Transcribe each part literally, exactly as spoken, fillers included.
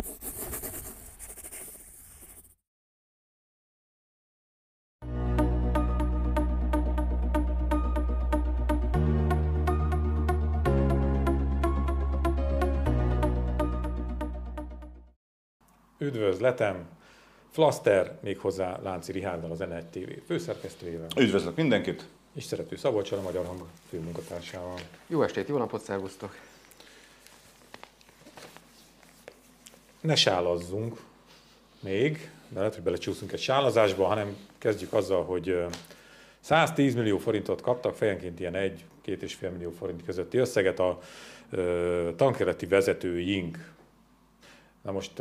Üdvözletem! Flaszter, méghozzá Lánci Rihárdal, az en egy té vé főszerkesztőjével. Üdvözlök mindenkit! És Szerető Szabolccsal, a Magyar Hang főmunkatársával. Jó estét, jó napot, szervusztok! Ne sálazzunk még, de lehet, hogy belecsúszunk egy sálazásba, hanem kezdjük azzal, hogy száztíz millió forintot kaptak, fejenként ilyen egy-két és fél millió forint közötti összeget a tankereti vezetőink. Na most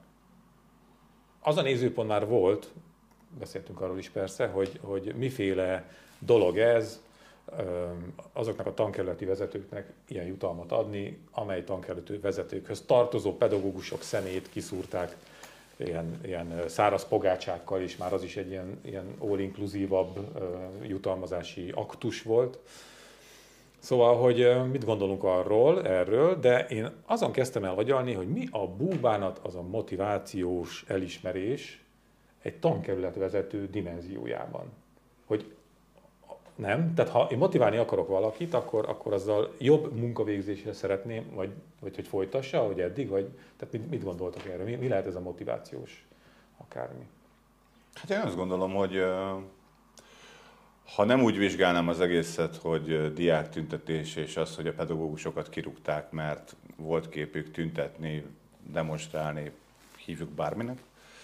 az a nézőpont már volt, beszéltünk arról is persze, hogy, hogy miféle dolog ez azoknak a tankerületi vezetőknek ilyen jutalmat adni, amely tankerületi vezetőkhöz tartozó pedagógusok szemét kiszúrták ilyen, ilyen száraz pogácsákkal is, már az is egy ilyen, ilyen all-inkluzívabb jutalmazási aktus volt. Szóval, hogy mit gondolunk arról, erről, de én azon kezdtem el agyalni, hogy mi a búbánat az a motivációs elismerés egy tankerületvezető dimenziójában. Hogy nem, tehát ha én motiválni akarok valakit, akkor, akkor azzal jobb munkavégzésre szeretném, vagy, vagy hogy folytassa, ahogy eddig, vagy tehát mit, mit gondoltak erről? Mi, mi lehet ez a motivációs akármi? Hát én azt gondolom, hogy ha nem úgy vizsgálnám az egészet, hogy diáktüntetés és az, hogy a pedagógusokat kirúgták, mert volt képük tüntetni, demonstrálni, hívjuk bárminek,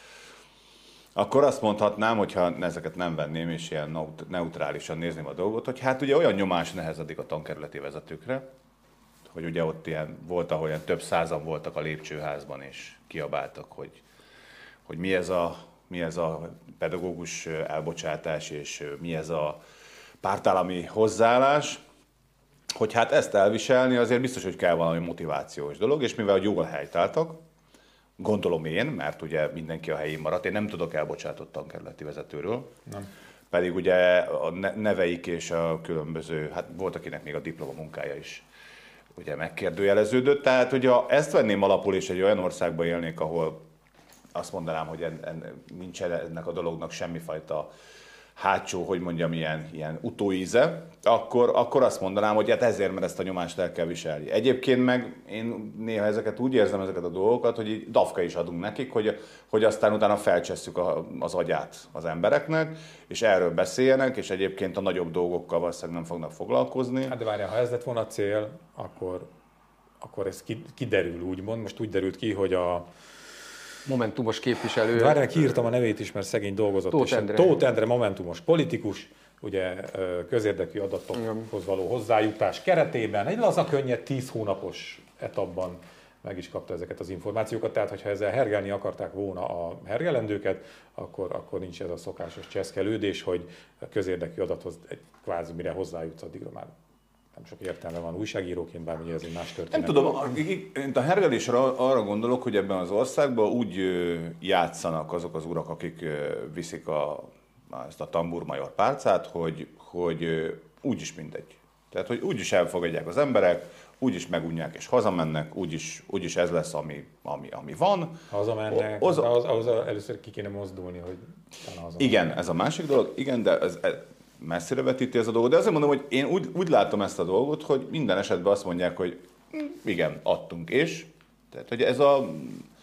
akkor azt mondhatnám, hogyha ezeket nem venném, és ilyen neutrálisan nézném a dolgot, hogy hát ugye olyan nyomás nehezedik a tankerületi vezetőkre, hogy ugye ott ilyen volt, ahol ilyen több százan voltak a lépcsőházban, és kiabáltak, hogy, hogy mi ez a mi ez a pedagógus elbocsátás, és mi ez a pártállami hozzáállás, hogy hát ezt elviselni azért biztos, hogy kell valami motivációs dolog, és mivel jól helytáltak, gondolom én, mert ugye mindenki a helyén maradt, én nem tudok elbocsátott tankerületi vezetőről, nem. Pedig ugye a neveik és a különböző, hát volt akinek még a diplomamunkája is ugye megkérdőjeleződött, tehát ugye ezt venném alapul, és egy olyan országban élnék, ahol azt mondanám, hogy en, en, nincs ennek a dolognak semmifajta hátsó, hogy mondjam, ilyen, ilyen utóíze, akkor, akkor azt mondanám, hogy hát ezért, mert ezt a nyomást el kell viselni. Egyébként meg én néha ezeket úgy érzem, ezeket a dolgokat, hogy így dafka is adunk nekik, hogy, hogy aztán utána felcsesszük a, az agyát az embereknek, és erről beszéljenek, és egyébként a nagyobb dolgokkal valószínűleg nem fognak foglalkozni. Hát de várjál, ha ez lett volna a cél, akkor, akkor ez kiderül, úgymond. Most úgy derült ki, hogy a Momentumos képviselő. Várjál, kiírtam a nevét is, mert szegény dolgozott. Tóth Endre. Tóth Endre momentumos politikus, ugye közérdekű adatokhoz való hozzájutás keretében, egy laza könnyed tíz hónapos etapban meg is kapta ezeket az információkat, tehát hogyha ezzel hergelni akarták volna a hergelendőket, akkor, akkor nincs ez a szokásos cseszkelődés, hogy a közérdekű adathoz egy kvázi mire hozzájutsz, addigra már nem sok értelme van újságíróként, bármilyen ez egy más történet. Nem tudom, én a hergelésre arra gondolok, hogy ebben az országban úgy játszanak azok az urak, akik viszik a, ezt a tamburmajor pálcát, hogy, hogy úgyis mindegy. Tehát, hogy úgyis elfogadják az emberek, úgyis megunják és hazamennek, úgyis, úgyis ez lesz, ami, ami, ami van. Hazamennek, az, ahhoz, ahhoz először ki kéne mozdulni, hogy hazamennek. Igen, ez a másik dolog, igen, de ez, ez messzire vetíti ez a dolgot, de azért mondom, hogy én úgy, úgy látom ezt a dolgot, hogy minden esetben azt mondják, hogy igen, adtunk és. Tehát, hogy ez a,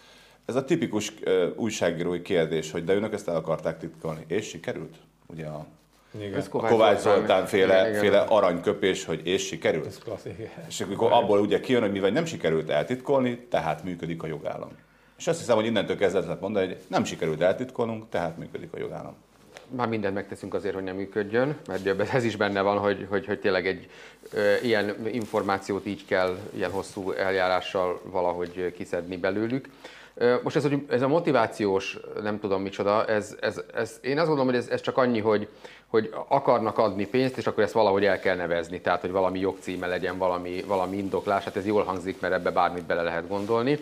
ez a tipikus uh, újságírói kérdés, hogy de önök ezt el akarták titkolni, és sikerült? Ugye a, a Kovács Zoltán féle, féle aranyköpés, hogy és sikerült? Ez klasszik. És akkor abból ugye kijön, hogy mivel nem sikerült eltitkolni, tehát működik a jogállam. És azt hiszem, hogy innentől kezdve lehet mondani, hogy nem sikerült eltitkolnunk, tehát működik a jogállam. Már mindent megteszünk azért, hogy nem működjön, mert ez is benne van, hogy, hogy, hogy tényleg egy ö, ilyen információt így kell, ilyen hosszú eljárással valahogy kiszedni belőlük. Ö, most ez, hogy ez a motivációs, nem tudom micsoda, ez, ez, ez, én azt gondolom, hogy ez, ez csak annyi, hogy, hogy akarnak adni pénzt, és akkor ezt valahogy el kell nevezni, tehát hogy valami jogcíme legyen, valami, valami indoklás, hát ez jól hangzik, mert ebbe bármit bele lehet gondolni.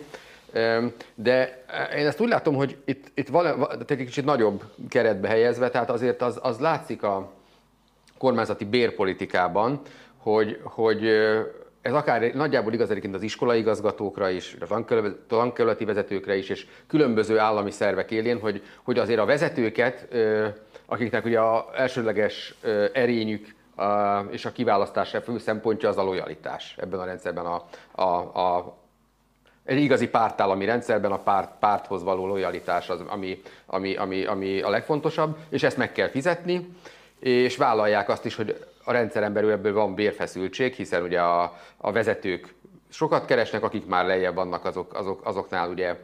De én ezt úgy látom, hogy itt, itt van egy kicsit nagyobb keretbe helyezve, tehát azért az, az látszik a kormányzati bérpolitikában, hogy, hogy ez akár nagyjából igaz egyébként az iskolai igazgatókra is, a tankerületi vezetőkre is, és különböző állami szervek élén, hogy, hogy azért a vezetőket, akiknek ugye az elsődleges erényük és a kiválasztás fő szempontja az a lojalitás ebben a rendszerben, a, a, a egy igazi pártállami rendszerben a párt, párthoz való lojalitás az, ami, ami, ami, ami a legfontosabb, és ezt meg kell fizetni, és vállalják azt is, hogy a rendszeren belül ebből van bérfeszültség, hiszen ugye a, a vezetők sokat keresnek, akik már lejjebb vannak, azok, azok, azoknál ugye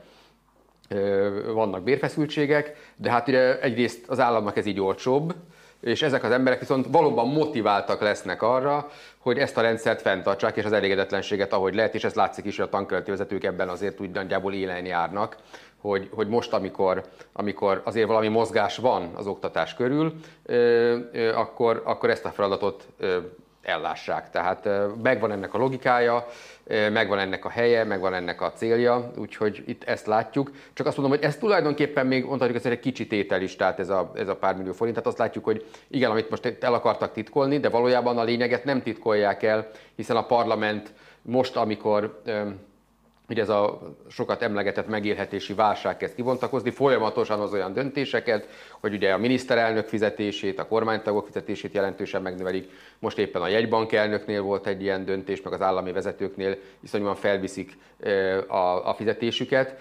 vannak bérfeszültségek, de hát ugye egyrészt az államnak ez így olcsóbb, és ezek az emberek viszont valóban motiváltak lesznek arra, hogy ezt a rendszert fenntartsák, és az elégedetlenséget ahogy lehet, és ez látszik is, hogy a tankerületi vezetők ebben azért úgy nagyjából élen járnak, hogy, hogy most, amikor, amikor azért valami mozgás van az oktatás körül, akkor, akkor ezt a feladatot ellássák. Tehát megvan ennek a logikája, megvan ennek a helye, megvan ennek a célja, úgyhogy itt ezt látjuk. Csak azt mondom, hogy ez tulajdonképpen még mondhatjuk, hogy ez egy kicsi tétel is, tehát ez a, ez a pár millió forint. Tehát azt látjuk, hogy igen, amit most el akartak titkolni, de valójában a lényeget nem titkolják el, hiszen a parlament most, amikor ugye ez a sokat emlegetett megélhetési válság kezd kibontakozni, folyamatosan az olyan döntéseket, hogy ugye a miniszterelnök fizetését, a kormánytagok fizetését jelentősen megnövelik. Most éppen a jegybank elnöknél volt egy ilyen döntés, meg az állami vezetőknél iszonyúan felviszik a, a fizetésüket.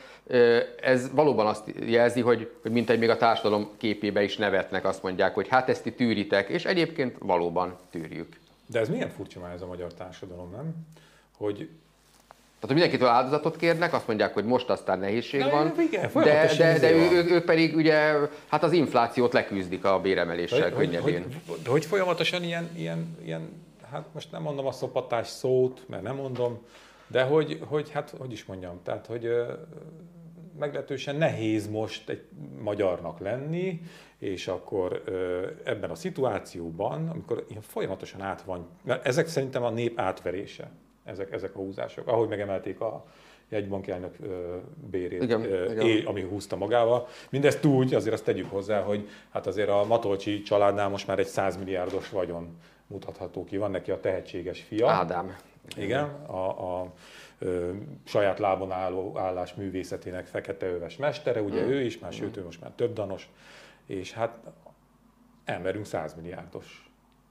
Ez valóban azt jelzi, hogy, hogy mintegy még a társadalom képébe is nevetnek, azt mondják, hogy hát ezt ti tűritek, és egyébként valóban tűrjük. De ez milyen furcsa már ez a magyar társadalom, nem? Hogy Tehát, hogy mindenkitől áldozatot kérnek, azt mondják, hogy most aztán nehézség van, igen, de, de, de ő, ők pedig ugye hát az inflációt leküzdik a béremeléssel hogy, könnyedén. Hogy, hogy, hogy folyamatosan ilyen, ilyen, ilyen, hát most nem mondom a szopatás szót, mert nem mondom, de hogy, hogy hát hogy is mondjam, tehát hogy ö, meglehetősen nehéz most egy magyarnak lenni, és akkor ö, ebben a szituációban, amikor ilyen folyamatosan át van, mert ezek szerintem a nép átverése. Ezek, ezek a húzások. Ahogy megemelték a jegybanki elnök bérét, igen, ö, igen. É, ami húzta magával. Mindezt úgy, azért azt tegyük hozzá, hogy hát azért a Matolcsi családnál most már egy száz milliárdos vagyon mutatható ki. Van neki a tehetséges fia. Ádám. Igen, a, a ö, saját lábon álló állás művészetének feketeöves mestere, ugye mm. ő is, már sőt, ő most már több danos, és hát elmerünk száz milliárdos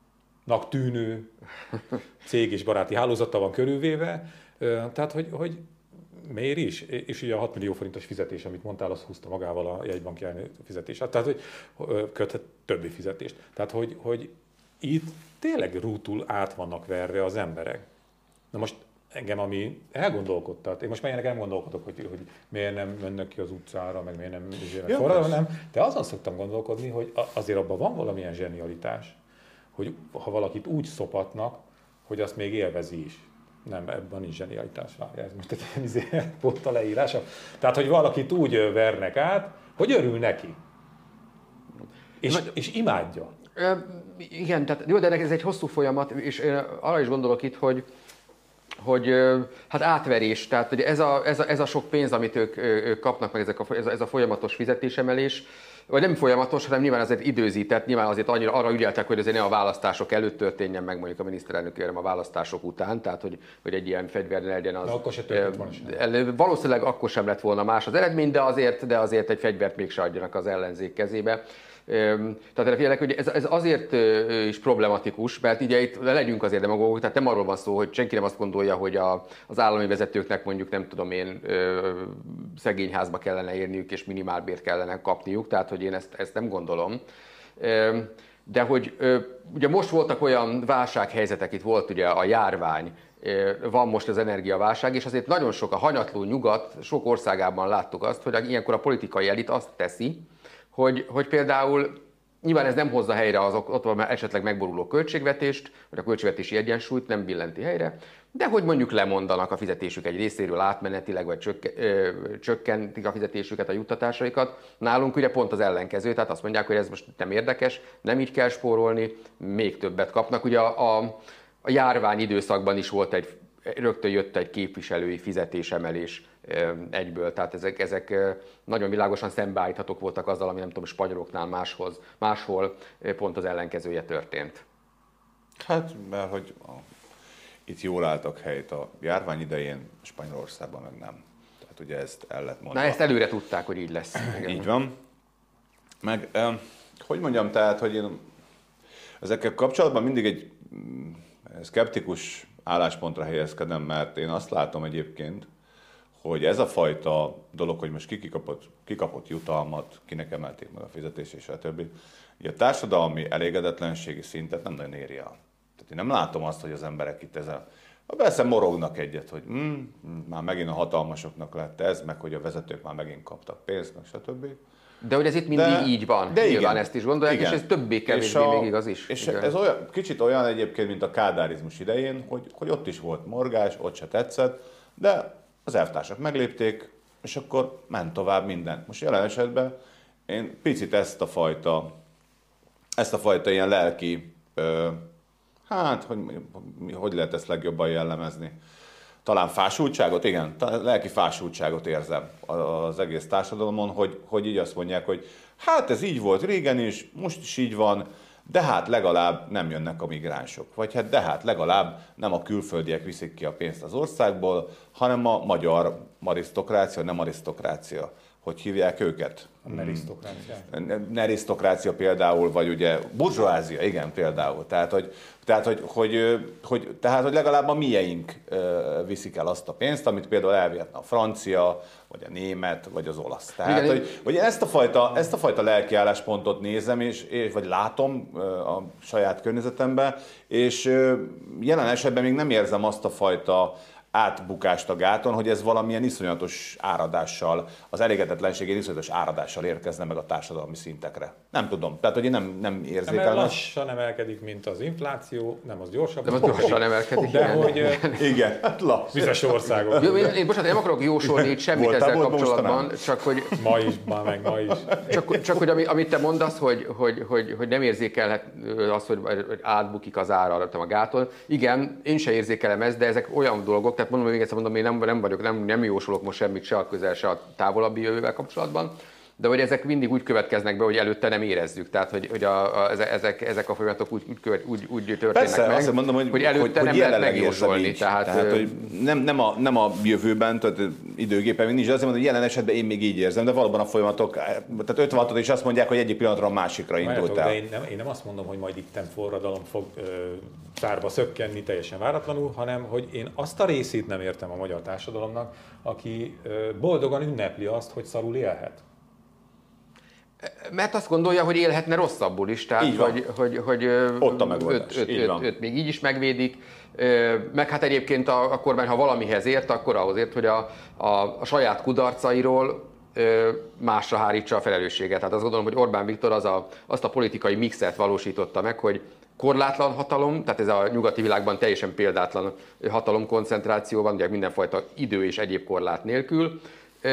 tűnő cég és baráti hálózata van körülvéve, tehát hogy, hogy miért is? És ugye a hat millió forintos fizetés, amit mondtál, az húzta magával a jegybanki fizetést. Tehát, hogy köthet többi fizetést. Tehát, hogy, hogy itt tényleg rútul át vannak verve az emberek. Na most engem, ami elgondolkodtat, én most már ilyenek nem gondolkodok, hogy, hogy miért nem mennek ki az utcára, meg miért nem ja, forradalom, nem, de azon szoktam gondolkodni, hogy azért abban van valamilyen zsenialitás, hogy ha valakit úgy szopatnak, hogy azt még élvezi is. Nem, ebben nincs zsenialitás, várja, ez most egy pont a leírása. Tehát, hogy valakit úgy vernek át, hogy örül neki. És, Na, és imádja. Igen, tehát jó, de ez egy hosszú folyamat, és én arra is gondolok itt, hogy hogy hát átverés, tehát hogy ez a, ez a, ez a sok pénz, amit ők, ők kapnak, meg ezek a, ez, a, ez a folyamatos fizetésemelés, vagy nem folyamatos, hanem nyilván azért időzített, nyilván azért annyira arra ügyeltek, hogy azért ne a választások előtt történjen meg mondjuk a miniszterelnök, hanem a választások után, tehát hogy, hogy egy ilyen fegyver legyen az. De akkor se történt volna sem. Valószínűleg akkor sem lett volna más az eredmény, de azért, de azért egy fegyvert mégse adjanak az ellenzék kezébe. Tehát félek, hogy ez, ez azért is problematikus, mert ugye itt legyünk azért demagógok, tehát nem arról van szó, hogy senki nem azt gondolja, hogy a, az állami vezetőknek mondjuk nem tudom én szegényházba kellene élniük és minimálbért kellene kapniuk, tehát hogy én ezt, ezt nem gondolom. De hogy ugye most voltak olyan válsághelyzetek, itt volt ugye a járvány, van most az energiaválság, és azért nagyon sok a hanyatló nyugat, sok országában láttuk azt, hogy ilyenkor a politikai elit azt teszi, Hogy, hogy például nyilván ez nem hozza helyre az ott van esetleg megboruló költségvetést, vagy a költségvetési egyensúlyt nem billenti helyre, de hogy mondjuk lemondanak a fizetésük egy részéről átmenetileg, vagy csökken, ö, csökkentik a fizetésüket, a juttatásaikat. Nálunk ugye pont az ellenkező, tehát azt mondják, hogy ez most nem érdekes, nem így kell spórolni, még többet kapnak. Ugye a, a, a járvány időszakban is volt egy, rögtön jött egy képviselői fizetésemelés egyből, tehát ezek, ezek nagyon világosan szembeállíthatók voltak azzal, ami nem tudom, spanyoloknál máshoz, máshol pont az ellenkezője történt. Hát, mert hogy itt jól álltak helyt a járvány idején, Spanyolországban meg nem. Tehát ugye ezt el lett mondani. Na ezt előre tudták, hogy így lesz. Így van. Meg, eh, hogy mondjam, tehát, hogy én ezekkel kapcsolatban mindig egy szkeptikus álláspontra helyezkedem, mert én azt látom egyébként, hogy ez a fajta dolog, hogy most ki kikapott, kikapott jutalmat, kinek emelték meg a fizetést és a többi, a társadalmi elégedetlenségi szintet nem nagyon éri el. Tehát én nem látom azt, hogy az emberek itt ezen, persze morognak egyet, hogy mm, már megint a hatalmasoknak lett ez, meg hogy a vezetők már megint kaptak pénzt, meg stb. De hogy ez itt mindig de, így van, de nyilván igen, ezt is gondolják, igen. és ez többé-kevésbé még igaz is. És igen. ez olyan, kicsit olyan egyébként, mint a kádárizmus idején, hogy, hogy ott is volt morgás, ott se tetszett, de az elvtársak meglépték, és akkor ment tovább minden. Most jelen esetben én picit ezt a fajta, ezt a fajta ilyen lelki, ö, hát, hogy, hogy lehet ezt legjobban jellemezni? Talán fásultságot, igen, lelki fásultságot érzem az egész társadalomon, hogy, hogy így azt mondják, hogy hát ez így volt régen is, most is így van, de hát legalább nem jönnek a migránsok, vagy hát de hát legalább nem a külföldiek viszik ki a pénzt az országból, hanem a magyar arisztokrácia, nem arisztokrácia. Hogy hívják őket? A nerisztokrácia. Nerisztokrácia például, vagy ugye burzsóázia, igen, például. Tehát, hogy, tehát, hogy, hogy, hogy, tehát, hogy legalább a mieink viszik el azt a pénzt, amit például elvihetne a francia, vagy a német, vagy az olasz. Tehát, igen, hogy, hogy ezt, a fajta, ezt a fajta lelkiálláspontot nézem, és, és, vagy látom a saját környezetemben, és jelen esetben még nem érzem azt a fajta átbukást a gáton, hogy ez valamilyen iszonyatos áradással, az elégedetlenség iszonyatos áradással érkezne meg a társadalmi szintekre. Nem tudom, tehát hogy én nem, nem érzékelem. Nem lassan emelkedik, mint az infláció, nem az gyorsabban. Nem az gyorsan emelkedik. De igen. hogy igen, hát lassan. bizonyos országok. Jó, én, én bocsánat, nem akarok jósolni itt semmit Voltál, ezzel volt, kapcsolatban, csak hogy, Ma is, már meg ma is. csak, csak hogy ami, amit te mondasz, hogy, hogy, hogy, hogy nem érzékelhet az, hogy, hogy átbukik az ára a gáton. Igen, én se érzékelem ezt, de ezek olyan dolgok, tehát mondom, még egyszer mondom, én nem, nem vagyok, nem, nem jósolok most semmit se a közel, se a távolabbi jövővel kapcsolatban, de hogy ezek mindig úgy következnek be, hogy előtte nem érezzük. Tehát, hogy, hogy a, a, ezek, ezek a folyamatok úgy, úgy, követ, úgy, úgy történnek Persze, meg, azt mondom, hogy, hogy előtte hogy, nem hogy lehet megjósolni. Tehát, Tehát, tehát hogy nem, nem, a, nem a jövőben, tehát időgépen még nincs, de azt mondom, hogy jelen esetben én még így érzem, de valóban a folyamatok, tehát ötvenhatod is azt mondják, hogy egyik pillanatra a másikra indult el. De én nem, én nem azt mondom, hogy majd itten forradalom fog ö, szárba szökkenni teljesen váratlanul, hanem hogy én azt a részét nem értem a magyar társadalomnak, aki ö, boldogan ünnepli azt, hogy szarul élhet. Mert azt gondolja, hogy élhetne rosszabbul is, tehát hogy, hogy, hogy ott a megoldás. Őt, őt, őt, őt még így is megvédik, meg hát egyébként a, a kormány, ha valamihez ért, akkor ahhoz ért, hogy a, a, a saját kudarcairól másra hárítsa a felelősséget. Tehát azt gondolom, hogy Orbán Viktor az a, azt a politikai mixet valósította meg, hogy korlátlan hatalom, tehát ez a nyugati világban teljesen példátlan hatalomkoncentráció van, ugye mindenfajta idő és egyéb korlát nélkül,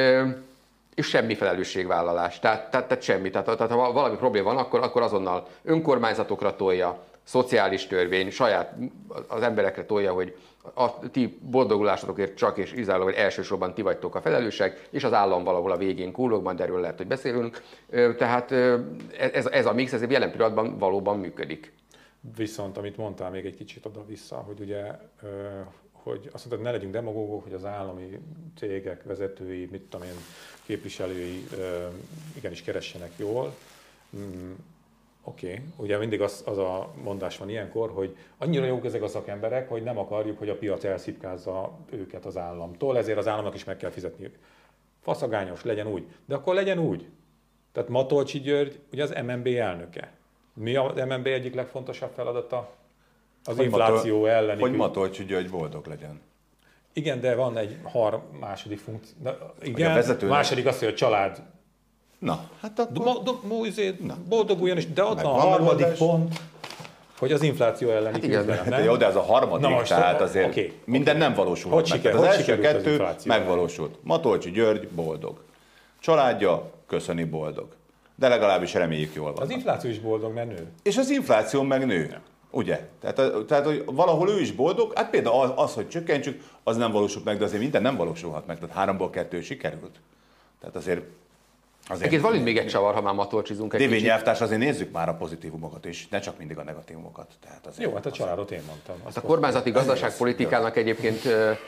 és semmi felelősségvállalás, tehát, tehát, tehát semmi. Tehát, tehát ha valami probléma van, akkor, akkor azonnal önkormányzatokra tolja, szociális törvény, saját az emberekre tolja, hogy a ti boldogulásotokért csak és kizárólag elsősorban ti vagytok a felelősek, és az állam valahol a végén kullog, majd erről lehet, hogy beszélünk. Tehát ez, ez a mix, ez jelen pillanatban valóban működik. Viszont, amit mondtál még egy kicsit oda-vissza, hogy ugye, hogy azt mondtad, ne legyünk demagógok, hogy az állami cégek vezetői, mit tudom én, képviselői igenis keressenek jól. Mm, Oké, okay. Ugye mindig az, az a mondás van ilyenkor, hogy annyira jók ezek a szakemberek, hogy nem akarjuk, hogy a piac elszipkázza őket az államtól, ezért az államnak is meg kell fizetniük. Faszagányos, legyen úgy. De akkor legyen úgy. Tehát Matolcsy György, ugye az em en bé elnöke. Mi az em en bé egyik legfontosabb feladata? Az hogy infláció Matol- elleni. Hogy Matolcsy György boldog legyen. Igen, de van egy har második funkció. Igen, a második az, hogy a család Na, hát akkor... Do, do, do, boldoguljon is, de ott van a harmadik megoldás. Pont, hogy az infláció elleni hát küzdelem. Jó, de az a harmadik, Na tehát azért okay, minden okay. nem valósulhat hogy meg. Siker, az hogy első kettő az megvalósult. Matolcsy György boldog. Családja köszöni boldog. De legalábbis reméljük jól van. Az infláció is boldog, mert nő. És az infláció meg nő. Ja. Ugye? Tehát, tehát, hogy valahol ő is boldog, hát például az, az, hogy csökkentsük, az nem valósult meg, de azért minden nem valósulhat meg. Tehát háromból kettő sikerült. Tehát azért Egyébként van itt még egy csavar, ha már matolcsizunk egy dé vé kicsit. nyelvtárs, azért nézzük már a pozitívumokat is, ne csak mindig a negatívumokat. Tehát Jó, hát a családot én mondtam. Hát a kormányzati gazdaságpolitikának egyébként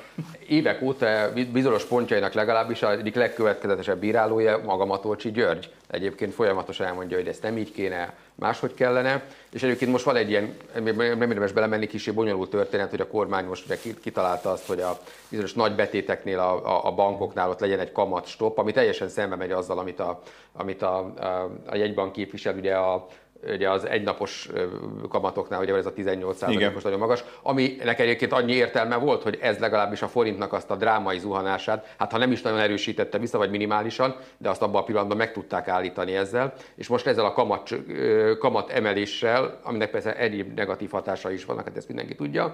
évek óta bizonyos pontjainak legalábbis az egyik legkövetkezetesebb bírálója maga Matolcsy György. Egyébként folyamatosan elmondja, hogy ezt nem így kéne, máshogy kellene. És egyébként most van egy ilyen, nem érdemes belemenni, kicsi bonyolult történet, hogy a kormány most ugye kitalálta azt, hogy a bizonyos nagy betéteknél, a, a, a bankoknál ott legyen egy kamat stop, ami teljesen szembe megy azzal, amit a, amit a, a, a jegybank képvisel, ugye a ugye az egynapos kamatoknál, ugye ez a tizennyolc százalékos nagyon magas, aminek egyébként annyi értelme volt, hogy ez legalábbis a forintnak azt a drámai zuhanását, hát ha nem is nagyon erősítette vissza, vagy minimálisan, de azt abban a pillanatban meg tudták állítani ezzel, és most ezzel a kamat, kamat emeléssel, aminek persze egyéb negatív hatásai is vannak, hát ezt mindenki tudja,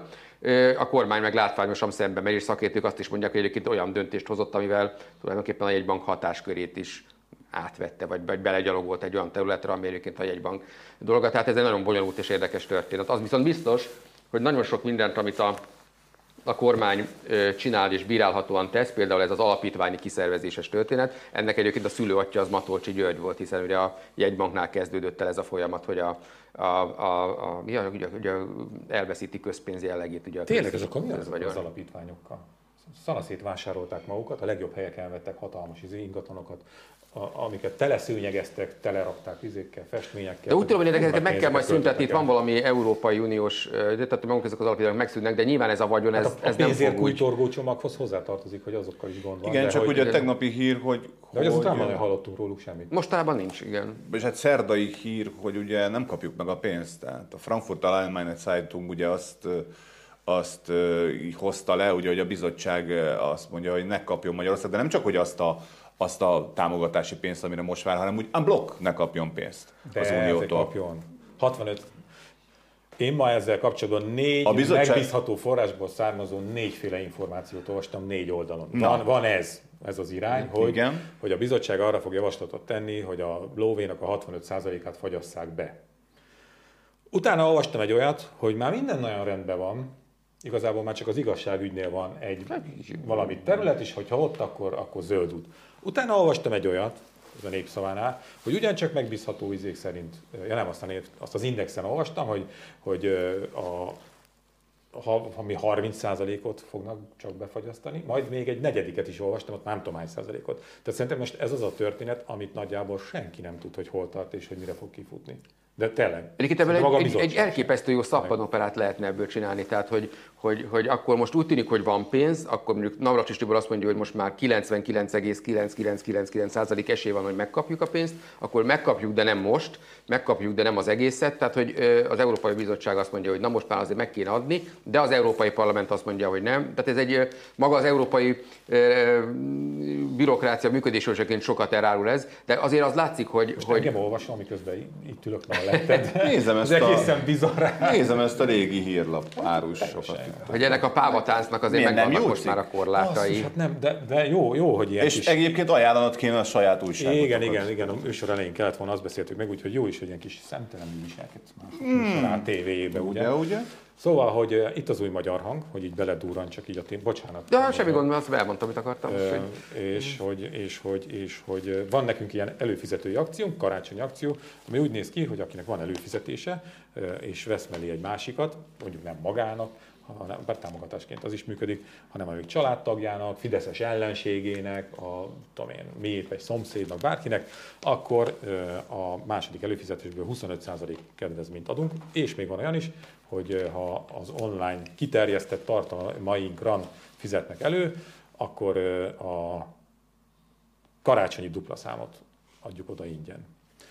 a kormány meg látványosan szembe megy, és szakértők azt is mondják, hogy egyébként olyan döntést hozott, amivel tulajdonképpen a jegybank hatáskörét is átvette, vagy, vagy belegyalogolt egy olyan területre, ami egyébként a jegybank dolga. Tehát ez egy nagyon bonyolult és érdekes történet. Az viszont biztos, hogy nagyon sok mindent, amit a, a kormány csinál és bírálhatóan tesz, például ez az alapítványi kiszervezéses történet, ennek egyébként a szülőatja az Matolcsy György volt, hiszen ugye a jegybanknál kezdődött el ez a folyamat, hogy a, a, a, a, mi a, ugye, ugye elveszíti közpénz jellegét. Ugye a Tényleg, ez akkor mi az, az alapítványokkal? Szanaszét vásárolták magukat, a legjobb helyeken vettek hatalmas izé, ingatlanokat, a, amiket teleszőnyegeztek, telerakták izékkel, festményekkel. De úgy tudom, hogy ezeket meg kell majd szüntetni, itt van valami Európai Uniós, tehát maguk ezek az alapítványok megszűnnek, de nyilván ez a vagyon, ez, hát a, ez a nem fog úgy... pénzérkújtorgó csomaghoz hozzátartozik, hogy azokkal is gond van. Igen, csak hogy, ugye a tegnapi hír, hogy... De hogy azután nem hallottunk róluk semmit. Mostanában nincs, igen. És hát szerdai hír, hogy ugye nem kapjuk meg a pénzt. Tehát a Frankfurt Allgemeine Zeitung ugye azt... azt így hozta le, ugye, hogy a bizottság azt mondja, hogy ne kapjon Magyarország, de nem csak, hogy azt a, azt a támogatási pénzt, amire most vár, hanem úgy unblock ne kapjon pénzt de az Uniótól. kapjon. hatvanöt. Én ma ezzel kapcsolatban négy a bizottság... megbízható forrásból származó négyféle információt olvastam négy oldalon. Van, van ez, ez az irány, hogy, hogy a bizottság arra fog javaslatot tenni, hogy a lóvénak a hatvanöt százalékát fagyasszák be. Utána olvastam egy olyat, hogy már minden nagyon rendben van, igazából már csak az igazságügynél van egy valami terület, és hogyha ott, akkor, akkor zöld út. Utána olvastam egy olyat, ez a Népszavánál, hogy ugyancsak megbízható izék szerint, ja nem, aztán azt az Indexen olvastam, hogy, hogy a, ha, ha mi harminc százalékot fognak csak befagyasztani, majd még egy negyediket is olvastam, ott nem tudom hány százalékot. Tehát szerintem most ez az a történet, amit nagyjából senki nem tud, hogy hol tart és hogy mire fog kifutni. De tényleg. Egyébként ebből egy, egy, egy elképesztő jó szappanoperát lehetne ebből csinálni, tehát hogy, hogy, hogy akkor most úgy tűnik, hogy van pénz, akkor mondjuk Navracsics Tibor azt mondja, hogy most már kilencvenkilenc egész kilencszázkilencvenkilenc százalék esély van, hogy megkapjuk a pénzt, akkor megkapjuk, de nem most, megkapjuk, de nem az egészet, tehát hogy az Európai Bizottság azt mondja, hogy na most már azért meg kéne adni, de az Európai Parlament azt mondja, hogy nem. Tehát ez egy maga az európai bürokrácia működésőseként sokat elárul ez, de azért az látszik, hogy... Most hogy... engem olvasom, miközben itt ülök melletted. Nézem ezt, egészen bizarr. Nézem ezt a régi hírlap árusokat. Hogy ennek a pávatáncnak azért megvannak most már a korlátai. Azt, hát nem, de, de jó, jó, hogy ilyen És kis... egyébként ajánlanod kéne a saját újságot. Igen, igen, igen, a műsor elején kellett volna, azt beszéltük meg, úgyhogy jó is, hogy ilyen kis szemtelenül viselkedsz mások műsorán, tévéjébe, ugye? Ugye, ugye? Szóval, hogy uh, itt az új magyar hang, hogy így beledúran csak így a tém... Bocsánat. De semmi gond, mert azt elmondtam, amit akartam. Uh, és, hogy, és, hogy, és hogy van nekünk ilyen előfizetői akciónk, karácsonyi akció, ami úgy néz ki, hogy akinek van előfizetése, uh, és vesz mellé egy másikat, mondjuk nem magának, hanem, bár támogatásként az is működik, hanem a családtagjának, fideszes ellenségének, a tudom én, miért egy szomszédnak, bárkinek, akkor a második előfizetésből huszonöt százalék kedvezményt adunk, és még van olyan is, hogy ha az online kiterjesztett tartalmainkra fizetnek elő, akkor a karácsonyi dupla számot adjuk oda ingyen.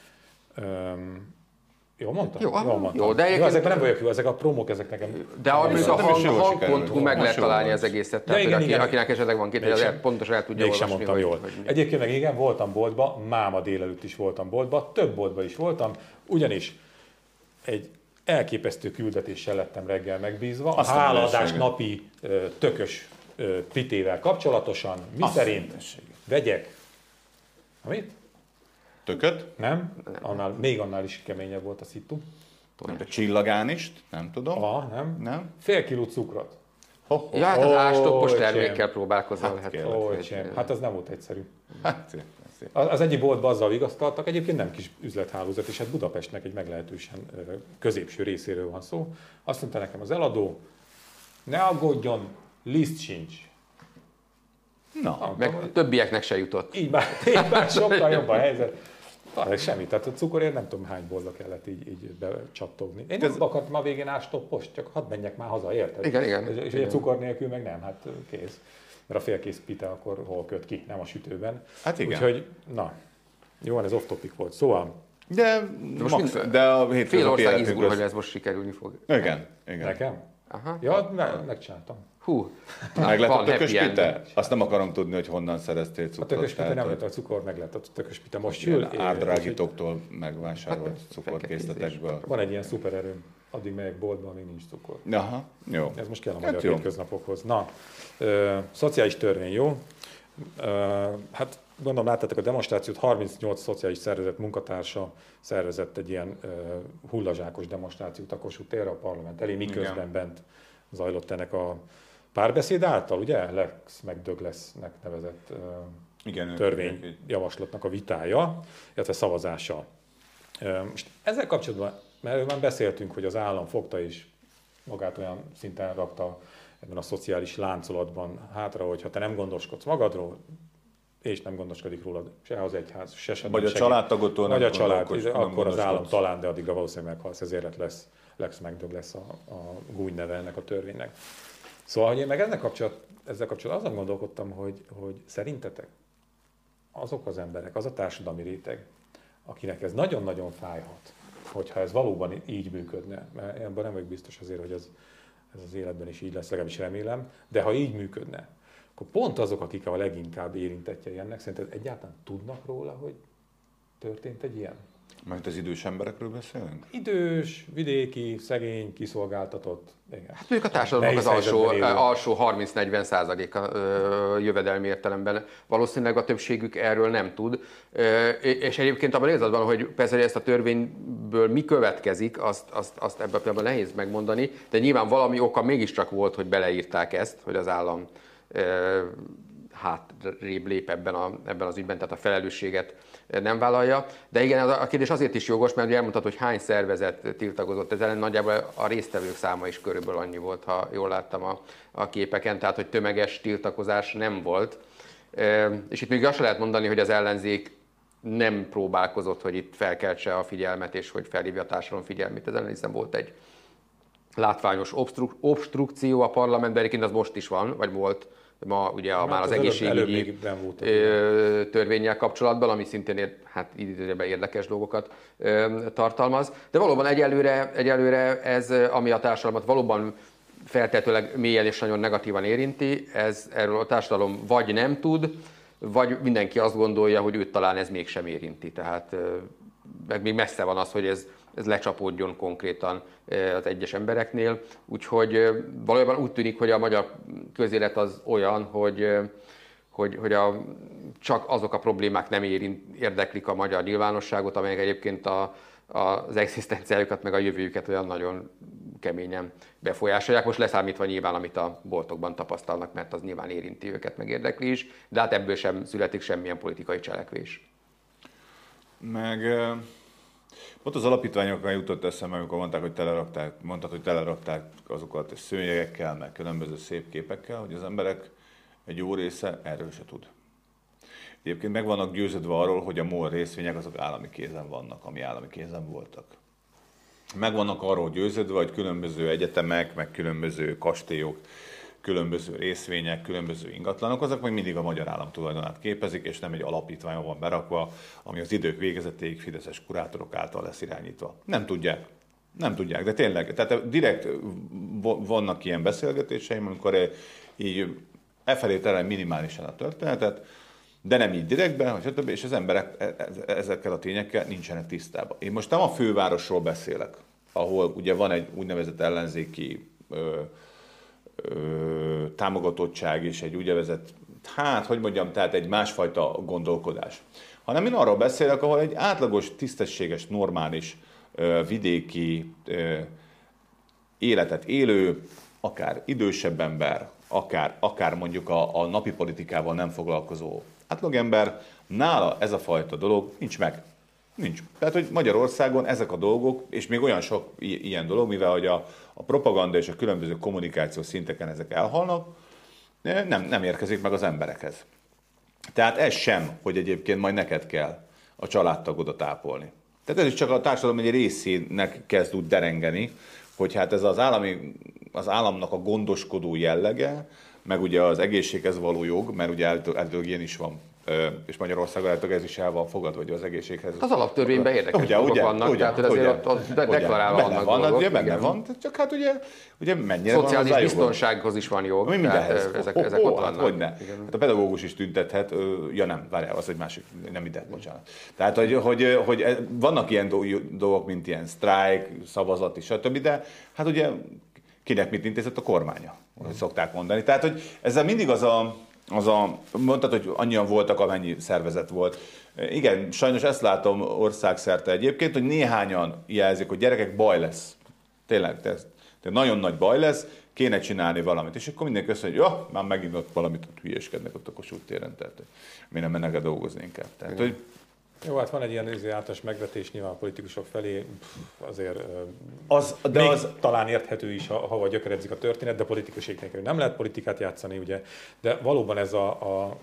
Jól mondtam? Jó, Jól mondtam. Jó, de jó, ezekben nem vagyok jó, ezek a promók, ezek nekem... De amíg a hang pont hu meg lehet találni az egészet, tehát igen, aki, igen. akinek esetleg van két, hogy azért pontosan el tudja olvasni. Mégsem mondtam jól. Hogy Egyébként meg igen, voltam boltba, máma délelőtt is voltam boltba, több boltba is voltam, ugyanis egy elképesztő küldetéssel lettem reggel megbízva, a hálaadás napi tökös pitével kapcsolatosan, mi szerint vegyek... Amit? Tököt? Nem? Annál, még annál is keményebb volt a szitu. A csillagánist? Nem tudom. Ah, nem? Nem? Fél kiló cukrot. Oh, ja, hát az ástoppos termékkel próbálkozol. Hát, hát, hát az nem volt egyszerű. Hát, Az egyik boltban azzal vigasztaltak, egyébként nem kis üzlethálózat, és hát Budapestnek egy meglehetősen középső részéről van szó. Azt mondta nekem az eladó, ne aggódjon, liszt sincs. Na, Na meg a többieknek se jutott. Így már, így már sokkal jobb a helyzet. Arra semmi, tehát a cukorért nem tudom hány boltba kellett így, így becsattogni. Én nem ez... akartam a végén ástoppost, csak hadd menjek már haza, érted? Igen, igen. És ugye cukor nélkül meg nem, hát kész. Mert a félkész pite akkor hol köt ki, nem a sütőben. Hát igen. Úgyhogy, na, jó, ez off-topic volt. Szóval... De, de, most max, mind, de a fél ország izgul, hogy ez most sikerülni fog. Igen, igen. Nekem? Aha. Ja, me- megcsináltam. Hú. Meg lett a tököspite? Azt nem akarom tudni, hogy honnan szereztél cukrot. A tököspite nem lett, a cukor meg lett, a tököspite most jön. Árdrágítóktól megvásárolt hát, cukorkészletekből. Van egy ilyen szupererőm, addig megyek boltba, amíg nincs cukor. Aha, jó. Ez most kell a magyar hétköznapokhoz. Na, ö, szociális törvény, jó? Ö, hát gondolom láttátok a demonstrációt, harmincnyolc szociális szervezet munkatársa szervezett egy ilyen ö, hullazsákos demonstrációt a Kossuth térre a parlament elé, miközben igen. bent zajlott ennek a párbeszéd által, ugye? Lex McDouglasnek nevezett ö, igen, törvényjavaslatnak a vitája, illetve szavazása. Ö, most ezzel kapcsolatban, mert már beszéltünk, hogy az állam fogta és magát olyan szinten rakta ebben a szociális láncolatban hátra, hogy ha te nem gondoskodsz magadról, és nem gondoskodik rólad se az egyház, se sem. Vagy a családtagottól nem, vagy a család, akkor az állam talán, de addigra valószínűleg meghalsz, ezért lesz Lex McDouglas a, a gúny neve ennek a törvénynek. Szóval, hogy én meg ennek kapcsolat, ezzel kapcsolatban azon gondolkodtam, hogy, hogy szerintetek azok az emberek, az a társadalmi réteg, akinek ez nagyon-nagyon fájhat, hogyha ez valóban így működne, mert ebben nem vagyok biztos azért, hogy ez, ez az életben is így lesz, legalábbis remélem, de ha így működne, akkor pont azok, akik a leginkább érintettjei ennek, szerinted egyáltalán tudnak róla, hogy történt egy ilyen? Mert az idős emberekről beszélünk? Idős, vidéki, szegény, kiszolgáltatott. Igen. Hát mondjuk a társadalomnak az alsó, alsó harminc-negyven százaléka jövedelmi értelemben. Valószínűleg a többségük erről nem tud. És egyébként abban igazad van, hogy persze, hogy ezt a törvényből mi következik, azt, azt, azt ebben a pillanatban nehéz megmondani, de nyilván valami oka mégiscsak volt, hogy beleírták ezt, hogy az állam hátrébb lép ebben, a, ebben az ügyben, tehát a felelősséget nem vállalja. De igen, a kérdés azért is jogos, mert elmondtad, hogy hány szervezet tiltakozott. Ez ellen nagyjából a résztvevők száma is körülbelül annyi volt, ha jól láttam a, a képeken, tehát hogy tömeges tiltakozás nem volt. És itt még azt lehet mondani, hogy az ellenzék nem próbálkozott, hogy itt felkeltse a figyelmet, és hogy felhívja a társadalom figyelmét. Ez ellen hiszen volt egy látványos obstruk- obstrukció a parlamentben, egyébként az most is van, vagy volt ma ugye a, már az, az egészségügyi törvénnyel kapcsolatban, ami szintén ér, hát időben érdekes dolgokat ö, tartalmaz. De valóban egyelőre, egyelőre ez, ami a társadalmat valóban feltetőleg mélyen és nagyon negatívan érinti, ez erről a társadalom vagy nem tud, vagy mindenki azt gondolja, hogy őt talán ez mégsem érinti. Tehát ö, meg még messze van az, hogy ez ez lecsapódjon konkrétan az egyes embereknél. Úgyhogy valójában úgy tűnik, hogy a magyar közélet az olyan, hogy, hogy, hogy a, csak azok a problémák nem érint, érdeklik a magyar nyilvánosságot, amelyek egyébként a, a, az egzisztenciájukat meg a jövőjüket olyan nagyon keményen befolyásolják. Most leszámítva nyilván, amit a boltokban tapasztalnak, mert az nyilván érinti őket, meg érdekli is, de hát ebből sem születik semmilyen politikai cselekvés. Meg... Ott az alapítványokkal jutott eszembe, amikor mondták, hogy telerakták, mondták, hogy telerakták azokat a szőnyegekkel, meg különböző szép képekkel, hogy az emberek egy jó része erről se tud. Egyébként meg vannak győződve arról, hogy a MOL részvények azok állami kézen vannak, ami állami kézen voltak. Meg vannak arról győződve, hogy különböző egyetemek, meg különböző kastélyok, különböző részvények, különböző ingatlanok, azok még mindig a magyar állam tulajdonát képezik, és nem egy alapítványban van berakva, ami az idők végezetéig fideszes kurátorok által lesz irányítva. Nem tudják. Nem tudják, de tényleg. Tehát direkt vannak ilyen beszélgetéseim, amikor így e felé terem minimálisan a történetet, de nem így direktben, és az emberek ezekkel a tényekkel nincsenek tisztában. Én most nem a fővárosról beszélek, ahol ugye van egy úgynevezett ellenzéki ö, ö, támogatottság és egy úgynevezett, hát, hogy mondjam, tehát egy másfajta gondolkodás. Hanem én arról beszélek, ahol egy átlagos, tisztességes, normális, ö, vidéki ö, életet élő, akár idősebb ember, akár, akár mondjuk a, a napi politikával nem foglalkozó átlagember, nála ez a fajta dolog nincs meg. Nincs. Tehát, hogy Magyarországon ezek a dolgok, és még olyan sok i- ilyen dolog, mivel hogy a, a propaganda és a különböző kommunikációs szinteken ezek elhalnak, nem, nem érkezik meg az emberekhez. Tehát ez sem, hogy egyébként majd neked kell a családtagodat ápolni. Tehát ez is csak a társadalom egy részének kezd úgy derengeni, hogy hát ez az, állami, az államnak a gondoskodó jellege, meg ugye az egészséghez való jog, mert ugye állítólag ilyen is van, és Magyarországon állítólag ez is el van fogadva, hogy az egészséghez... Az alaptörvényben érdekes ugye, dolgok ugye, vannak, ugye, tehát azért ugye, ott, ott deklarálva benne vannak van, dolgok. ugye, benne igen. van, csak hát ugye, ugye mennyire Szociális van biztonsághoz is van jog, mi mindenhez. tehát ezek, oh, ezek oh, ott hát vannak. Hogyne. Hát a pedagógus is tüntethet, ja nem, várjál, az egy másik, nem ide, bocsánat. Tehát, hogy, hogy, hogy vannak ilyen dolgok, mint ilyen sztrájk, szavazat és stb., de hát ugye kinek mit intézett a kormánya, hogy szokták mondani. Tehát, hogy ezzel mindig az a, az a, mondtad, hogy annyian voltak, amennyi szervezet volt. Igen, sajnos ezt látom országszerte egyébként, hogy néhányan jelzik, hogy gyerekek, baj lesz. Tényleg, ez, nagyon nagy baj lesz, kéne csinálni valamit. És akkor mindenki azt mondja, hogy ja, már megint ott valamit ott hülyeskednek ott a Kossuth téren, tehát mi nem mennek el dolgozni inkább. Tehát, hogy jó, hát van egy ilyen általános megvetés nyilván a politikusok felé, pff, azért az, de még az talán érthető is, ha, ha vagy gyökeredzik a történet, de politikuséknek nem lehet politikát játszani, ugye, de valóban ez, a, a,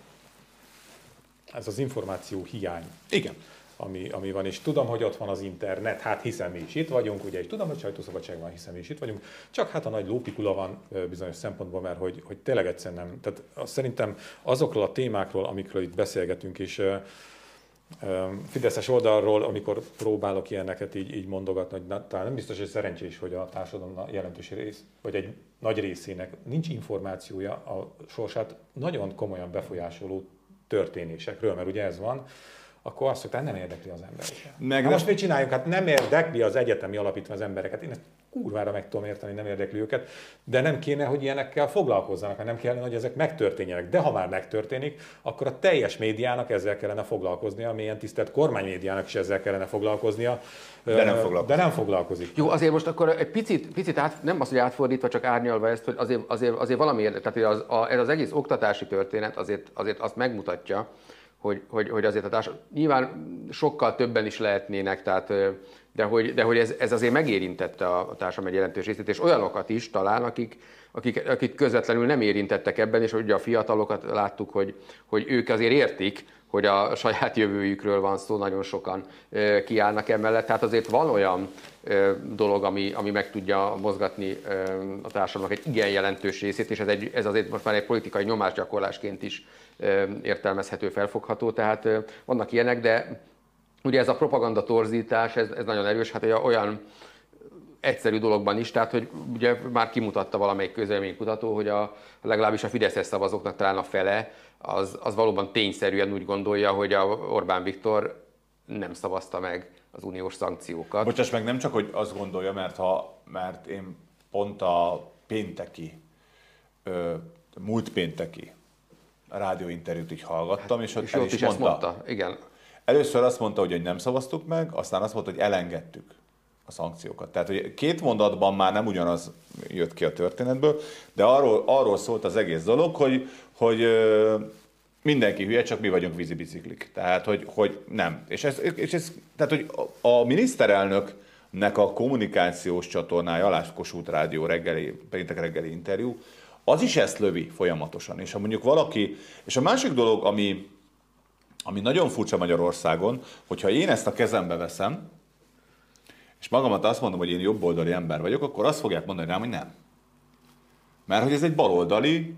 ez az információ hiány. Igen. Ami, ami van, és tudom, hogy ott van az internet, hát hiszen mi is itt vagyunk, ugye, és tudom, hogy sajtószabadság van, hiszen mi is itt vagyunk, csak hát a nagy lópikula van bizonyos szempontból, mert hogy, hogy tényleg egyszerűen nem. Tehát azt szerintem azokról a témákról, amikről itt beszélgetünk, és fideszes oldalról, amikor próbálok ilyeneket így, így mondogatni, hogy na, talán nem biztos, hogy szerencsés, hogy a társadalom jelentős rész, vagy egy nagy részének nincs információja a sorsát nagyon komolyan befolyásoló történésekről, mert ugye ez van, akkor azt mondták, nem érdekli az embereket. Meg most mit csináljunk? Hát nem érdekli az egyetemi alapítva az embereket. Én ezt kurvára meg tudom érteni, nem érdekli őket, de nem kéne, hogy ilyenekkel foglalkozzanak, hanem kellene, hogy ezek megtörténjenek. De ha már megtörténik, akkor a teljes médiának ezzel kellene foglalkoznia, a mélyen tisztelt kormánymédiának is ezzel kellene foglalkoznia. De nem foglalkozik. De nem foglalkozik. Jó, azért most akkor egy picit, picit át, nem az, hogy átfordítva, csak árnyalva ezt, hogy azért, azért, azért valami érdekes, tehát az, a, ez az egész oktatási történet azért, azért azt megmutatja, hogy, hogy, hogy azért a társadalom, nyilván sokkal többen is lehetnének, tehát, de hogy, de hogy ez, ez azért megérintette a, a társadalom egy jelentős részét, és olyanokat is talán, akik, akik, akik közvetlenül nem érintettek ebben, és ugye a fiatalokat láttuk, hogy, hogy ők azért értik, hogy a saját jövőjükről van szó, nagyon sokan kiállnak emellett. Tehát azért van olyan dolog, ami, ami meg tudja mozgatni a társadalomnak egy igen jelentős részét, és ez, egy, ez azért most már egy politikai nyomásgyakorlásként is értelmezhető, felfogható. Tehát vannak ilyenek, de ugye ez a propaganda torzítás, ez, ez nagyon erős, hát olyan egyszerű dologban is, tehát hogy ugye már kimutatta valamelyik közvéleménykutató, hogy a, legalábbis a fideszes szavazóknak talán a fele, az, az valóban tényszerűen úgy gondolja, hogy a Orbán Viktor nem szavazta meg az uniós szankciókat. Bocsáss meg, nem csak, hogy azt gondolja, mert, ha, mert én pont a pénteki, ö, múlt pénteki rádióinterjút így hallgattam, hát, és ott és el ott is, is mondta. ezt mondta. Igen. Először azt mondta, hogy nem szavaztuk meg, aztán azt mondta, hogy elengedtük a szankciókat. Tehát hogy két mondatban már nem ugyanaz jött ki a történetből, de arról, arról szólt az egész dolog, hogy, hogy ö, mindenki hülye, csak mi vagyunk vízibiciklik. Tehát, hogy, hogy nem. És ez, és ez, tehát, hogy a miniszterelnöknek a kommunikációs csatornája, alá Kossuth Rádió reggeli, péntek reggeli interjú, az is ezt lövi folyamatosan. És ha mondjuk valaki, és a másik dolog, ami, ami nagyon furcsa Magyarországon, hogyha én ezt a kezembe veszem, és magamat azt mondom, hogy én jobboldali ember vagyok, akkor azt fogják mondani rám, hogy nem. Mert hogy ez egy baloldali,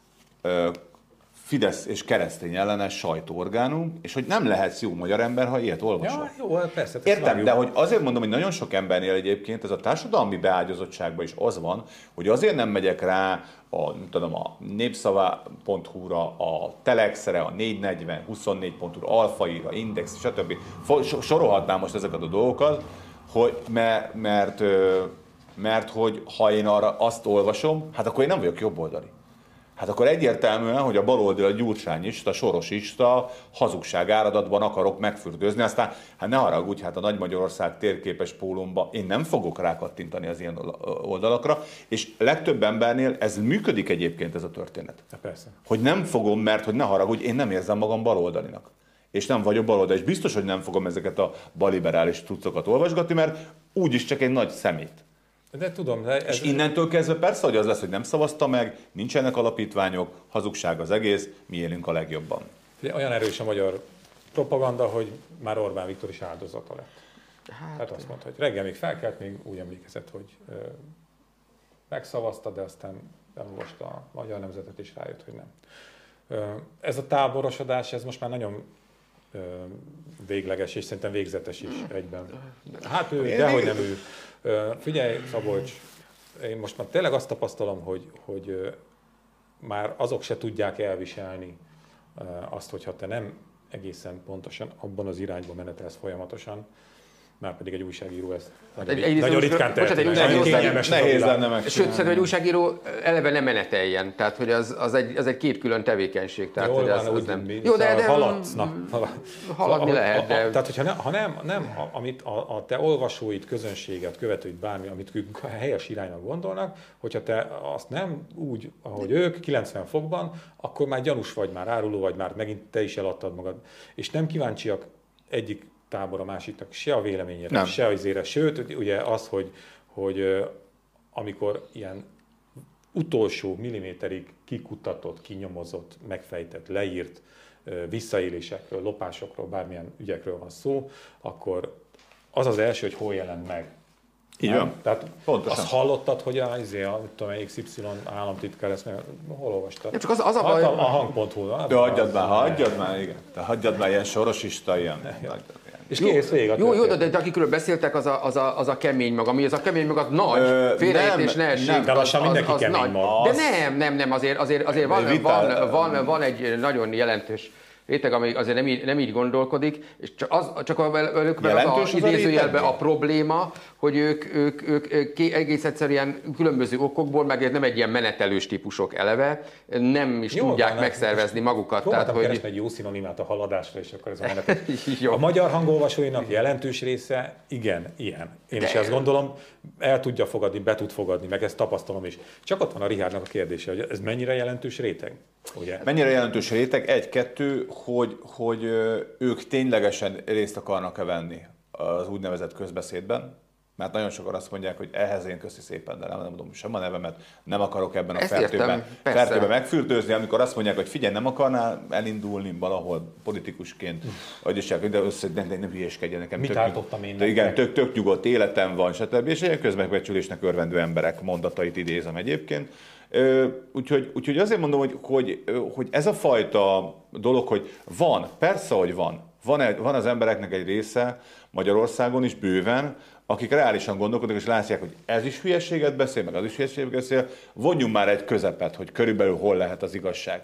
Fidesz és keresztény ellenes sajtóorgánum, és hogy nem lehetsz jó magyar ember, ha ilyet olvasol. Ja, jó, persze. Értem, de hogy azért mondom, hogy nagyon sok embernél egyébként ez a társadalmi beágyazottságban is az van, hogy azért nem megyek rá a, tudom, a népszava pont hu-ra, a Telexre, a négy negyven, huszonnégy pont hu-ra, Alfaira, Index, stb. Sorolhatnám most ezeket a dolgokat, hogy, mert, mert, mert hogy ha én arra azt olvasom, hát akkor én nem vagyok jobboldali. Hát akkor egyértelműen, hogy a baloldal, a gyurcsányista, a sorosista hazugság áradatban akarok megfürdőzni, aztán hát ne haragudj, hát a Nagy Magyarország térképes pólomba én nem fogok rákattintani az ilyen oldalakra, és legtöbb embernél ez működik egyébként ez a történet. De persze. Hogy nem fogom, mert hogy ne haragudj, én nem érzem magam baloldalinak. És nem vagyok baloldali, és biztos, hogy nem fogom ezeket a baliberális tucokat olvasgatni, mert úgyis csak egy nagy szemét. De tudom, de ez... És innentől kezdve persze, hogy az lesz, hogy nem szavazta meg, nincsenek alapítványok, hazugság az egész, mi élünk a legjobban. Olyan erős a magyar propaganda, hogy már Orbán Viktor is áldozata lett. Hát, hát azt mondta, hogy reggel még felkelt, még úgy emlékezett, hogy ö, megszavazta, de aztán elolvasta a Magyar Nemzetet, és rájött, hogy nem. Ö, ez a táborosodás, ez most már nagyon ö, végleges, és szerintem végzetes is egyben. Hát ő, dehogy nem ő. Figyelj, Szabolcs, én most már tényleg azt tapasztalom, hogy, hogy már azok se tudják elviselni azt, hogyha te nem egészen pontosan abban az irányba menetelsz folyamatosan, már pedig egy újságíró ezt nagyon, egy, nagyon ritkán teheti. Nehéz lenne meg. Sőt, szerintem egy újságíró eleve nem meneteljen, tehát hogy az, az, egy, az egy két külön tevékenység. Tehát, Jól hogy van, az, az úgy, nem... Mi, Jó, de, de haladsz. Na, haladni a, lehet, de... A, a, tehát, hogyha ne, ha nem, nem a, amit a, a te olvasóid, közönséget, követőid, bármi, amit ők helyes iránynak gondolnak, hogyha te azt nem úgy, ahogy ők, kilencven fokban, akkor már gyanús vagy, már áruló vagy, már megint te is eladtad magad. És nem kíváncsiak egyik tábor a másiknak se a véleményére, nem. se az ére. Sőt, ugye az, hogy, hogy amikor ilyen utolsó milliméterig kikutatott, kinyomozott, megfejtett, leírt visszaélésekről, lopásokról, bármilyen ügyekről van szó, akkor az az első, hogy hol jelent meg. Így van. Tehát pontosan. Azt hallottad, hogy a, a, a iksz ipszilon államtitkár ezt meg hol olvastad? Nem, csak az, az a baj... A, a hang pont hu. De hagyjad már, hagyjad már, igen. De hagyjad már ilyen sorosista, ilyen. És kész, vége. Jó, jó, de, de akikről beszéltek, az a, az, a, az a kemény mag, ami az a kemény mag, az nagy, félreértés ne essék, de lassan mindenki az, az kemény nagy. mag. De nem, nem, nem, azért, azért, azért van, van, van, van egy nagyon jelentős réteg, ami azért nem így, nem így gondolkodik, és csak az, csak a, az, az idézőjelben a probléma, hogy ők, ők, ők, ők egész egyszerűen különböző okokból, meg nem egy ilyen menetelős típusok eleve, nem is jó, tudják van, megszervezni magukat. Próbáltam tehát, keresni hogy... egy jó szinonimát a haladásra, és akkor ez a menetet. A magyar hangolvasóinak jelentős része igen, ilyen. Én De... is ezt gondolom, el tudja fogadni, be tud fogadni, meg ezt tapasztalom is. Csak ott van a Richardnak a kérdése, hogy ez mennyire jelentős réteg? Ugye? Mennyire jelentős réteg? Egy-kettő, hogy, hogy ők ténylegesen részt akarnak-e venni az úgynevezett közbeszédben, mert nagyon sokan azt mondják, hogy ehhez én köszi szépen, de nem, nem mondom sem a nevemet, nem akarok ebben a fertőben, fertőben megfürdőzni, amikor azt mondják, hogy figyelj, nem akarnál elindulni valahol politikusként, hogy is de össze, nem, nem hülyéskedjen nekem. Mit álltottam én? De igen, tök, tök nyugodt életem van, stb. És ilyen közmegbecsülésnek örvendő emberek mondatait idézem egyébként. Úgyhogy, úgyhogy azért mondom, hogy, hogy, hogy ez a fajta dolog, hogy van, persze, hogy van, van, egy, van az embereknek egy része Magyarországon is bőven, akik reálisan gondolkodnak, és látják, hogy ez is hülyeséget beszél, meg az is hülyeséget beszél, vonjunk már egy közepet, hogy körülbelül hol lehet az igazság.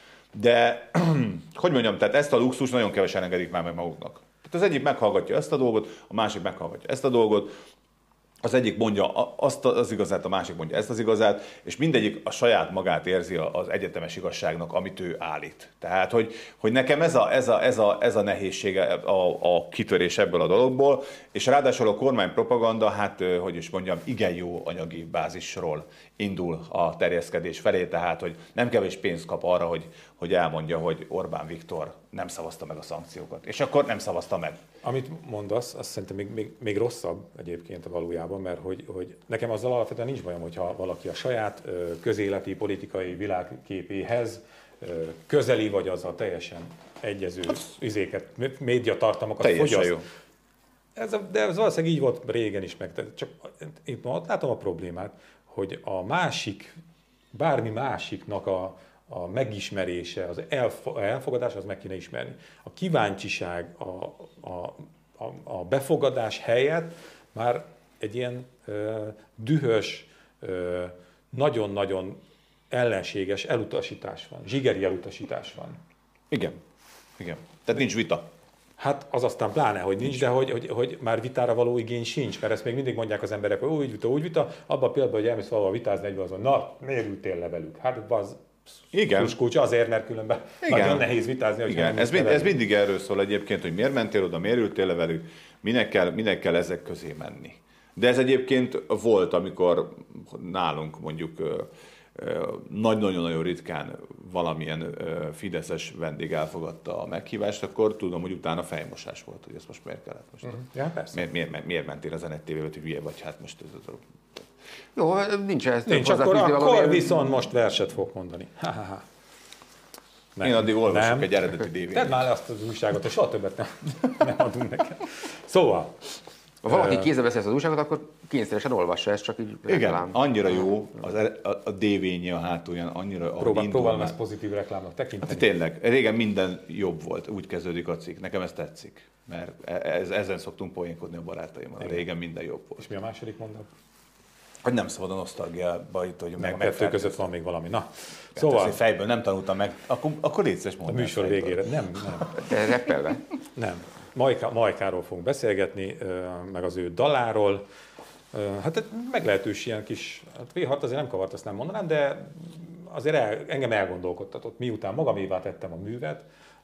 De, hogy mondjam, tehát ezt a luxus nagyon kevesen engedik már meg maguknak. Tehát az egyik meghallgatja ezt a dolgot, a másik meghallgatja ezt a dolgot, az egyik mondja azt az igazát, a másik mondja ezt az igazát, és mindegyik a saját magát érzi az egyetemes igazságnak, amit ő állít. Tehát, hogy, hogy nekem ez a, ez a, ez a, ez a nehézsége, a, a kitörés ebből a dologból, és ráadásul a kormánypropaganda, hát, hogy is mondjam, igen jó anyagi bázisról indul a terjeszkedés felé, tehát, hogy nem kevés pénzt kap arra, hogy, hogy elmondja, hogy Orbán Viktor nem szavazta meg a szankciókat. És akkor nem szavazta meg. Amit mondasz, azt szerintem még, még, még rosszabb egyébként a valójában, mert hogy, hogy nekem azzal alapvetően nincs bajom, hogyha valaki a saját közéleti, politikai világképéhez közeli, vagy azzal teljesen egyező izéket, médiatartalmakat fogyaszt. Ez a, de ez valószínűleg így volt régen is meg. Csak itt látom a problémát, hogy a másik, bármi másiknak a, a megismerése, az elfogadás, az meg kéne ismerni. A kíváncsiság, a, a, a, a befogadás helyett már egy ilyen ö, dühös, ö, nagyon-nagyon ellenséges elutasítás van, zsigeri elutasítás van. Igen, igen. Tehát nincs vita. Hát az aztán pláne, hogy nincs, de hogy, hogy, hogy már vitára való igény sincs, mert ezt még mindig mondják az emberek, hogy úgy vita, úgy vita, abban a pillanatban, hogy elmész valahol vitázni egyből azon, na, miért ültél le velük? Hát az kulcs azért, mert különben igen. nagyon nehéz vitázni. Hogy igen. Ez, mind, ez mindig erről szól egyébként, hogy miért mentél oda, miért ültél le velük, minek kell, minek kell ezek közé menni. De ez egyébként volt, amikor nálunk mondjuk nagyon-nagyon ritkán valamilyen fideszes vendég elfogadta a meghívást, akkor tudom, hogy utána fejmosás volt, hogy ezt most miért kellett most. Uh-huh. Ja, persze. Miért, miért, miért mentél az en egy té vébe, hogy hülye vagy, hát most ez a... Jó, nincs ez. Nincs, akkor, akkor viszont most verset fog mondani. Ha, ha, ha. Nem. Én addig olvasok egy eredeti dé vé dét. Tedd már le azt az újságot, és soha többet nem, nem adunk neked. Szóval... Ha valaki kézbe veszi ezt az újságot, akkor kényszeresen olvassa ezt, csak így igen, reklám. Annyira jó, az, a, a dé vénye a hátulján, annyira... Próbál, próbálom ezt pozitív reklámnak tekinteni. Hát tényleg, régen minden jobb volt, úgy kezdődik a cikk. Nekem ez tetszik, mert ez, ezen szoktunk poénkodni a barátaimmal. Igen. Régen minden jobb volt. És mi a második mondat? Hogy nem szabad a nosztalgiába itt, hogy meg, a kettő között van még valami. Na, szóval... fejből nem tanultam meg, akkor, akkor légy szíves mondani. A műsor fejből. Végére. Nem, nem. De reppelve? Nem. Majka, Majkáról fogunk beszélgetni, meg az ő daláról. Hát meglehetős ilyen kis, hát vé hat azért nem kavart, azt nem mondanám, de azért el, engem elgondolkodtatott, miután magamévá tettem a művet,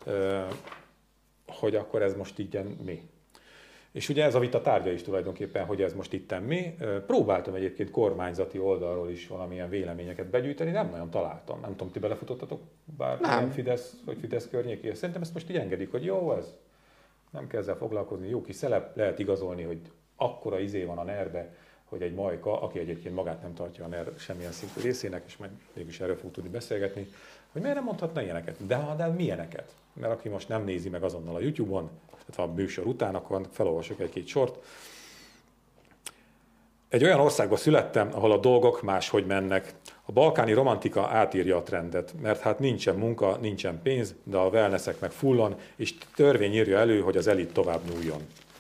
hogy akkor ez most így mi. És ugye ez a vita tárgya is tulajdonképpen, hogy ez most itten mi. Próbáltam egyébként kormányzati oldalról is valamilyen véleményeket begyűjteni, nem nagyon találtam. Nem tudom, ti belefutottatok bármilyen Fidesz vagy Fidesz környékére. Szerintem ezt most így engedik, hogy jó ez. Nem kell ezzel foglalkozni, jó kis szelep, lehet igazolni, hogy akkora izé van a nerbe, hogy egy Majka, aki egyébként magát nem tartja a ner semmilyen szintű részének, és majd mégis erről fog tudni beszélgetni, hogy miért nem mondhatna ilyeneket? De, de milyeneket? Mert aki most nem nézi meg azonnal a YouTube-on, tehát a műsor után, akkor felolvasok egy-két sort. Egy olyan országban születtem, ahol a dolgok máshogy mennek. A balkáni romantika átírja a trendet, mert hát nincsen munka, nincsen pénz, de a wellnessek meg fullon, és törvény írja elő, hogy az elit tovább nyúljon.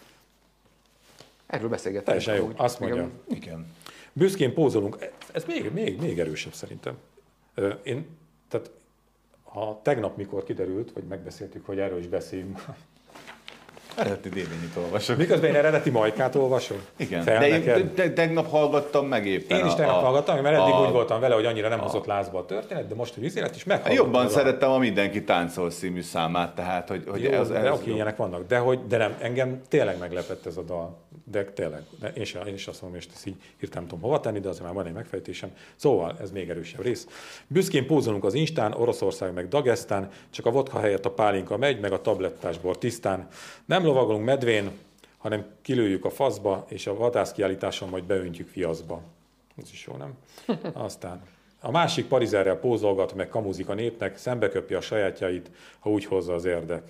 Erről beszélgetünk. Teljesen jó, azt mondja. Igen. Büszkén pózolunk, ez még, még, még erősebb szerintem. Én, tehát ha tegnap, mikor kiderült, vagy megbeszéltük, hogy erről is beszéljünk, eredeti dé vé dét olvasok. Miközben én eredeti Majkát olvasom? Igen, fel de én te, tegnap hallgattam meg éppen. Én is tegnap a, hallgattam, mert eddig a, úgy voltam vele, hogy annyira nem a, hozott lázba a történet, de most, hogy izélet is meghallgattam. Jobban szerettem a Mindenki táncol című számát, tehát, hogy, hogy jó, ez... De ez oké, ilyenek vannak, de, hogy, de nem, engem tényleg meglepett ez a dal. De tényleg, én, sem, én is azt mondom, hogy ezt így hirtelen tudom hova tenni, de azért már van egy megfejtésem. Szóval ez még erősebb rész. Büszkén pózolunk az Instán, Oroszország meg Dagestán, csak a vodka helyett a pálinka megy, meg a tablettás bor tisztán. Nem lovagolunk medvén, hanem kilőjük a faszba, és a vadászkiállításon majd beöntjük fiaszba. Ez is jó, nem? Aztán a másik parizerrel pózolgat, meg kamuzik a népnek, szembeköpi a sajátjait, ha úgy hozza az érdek.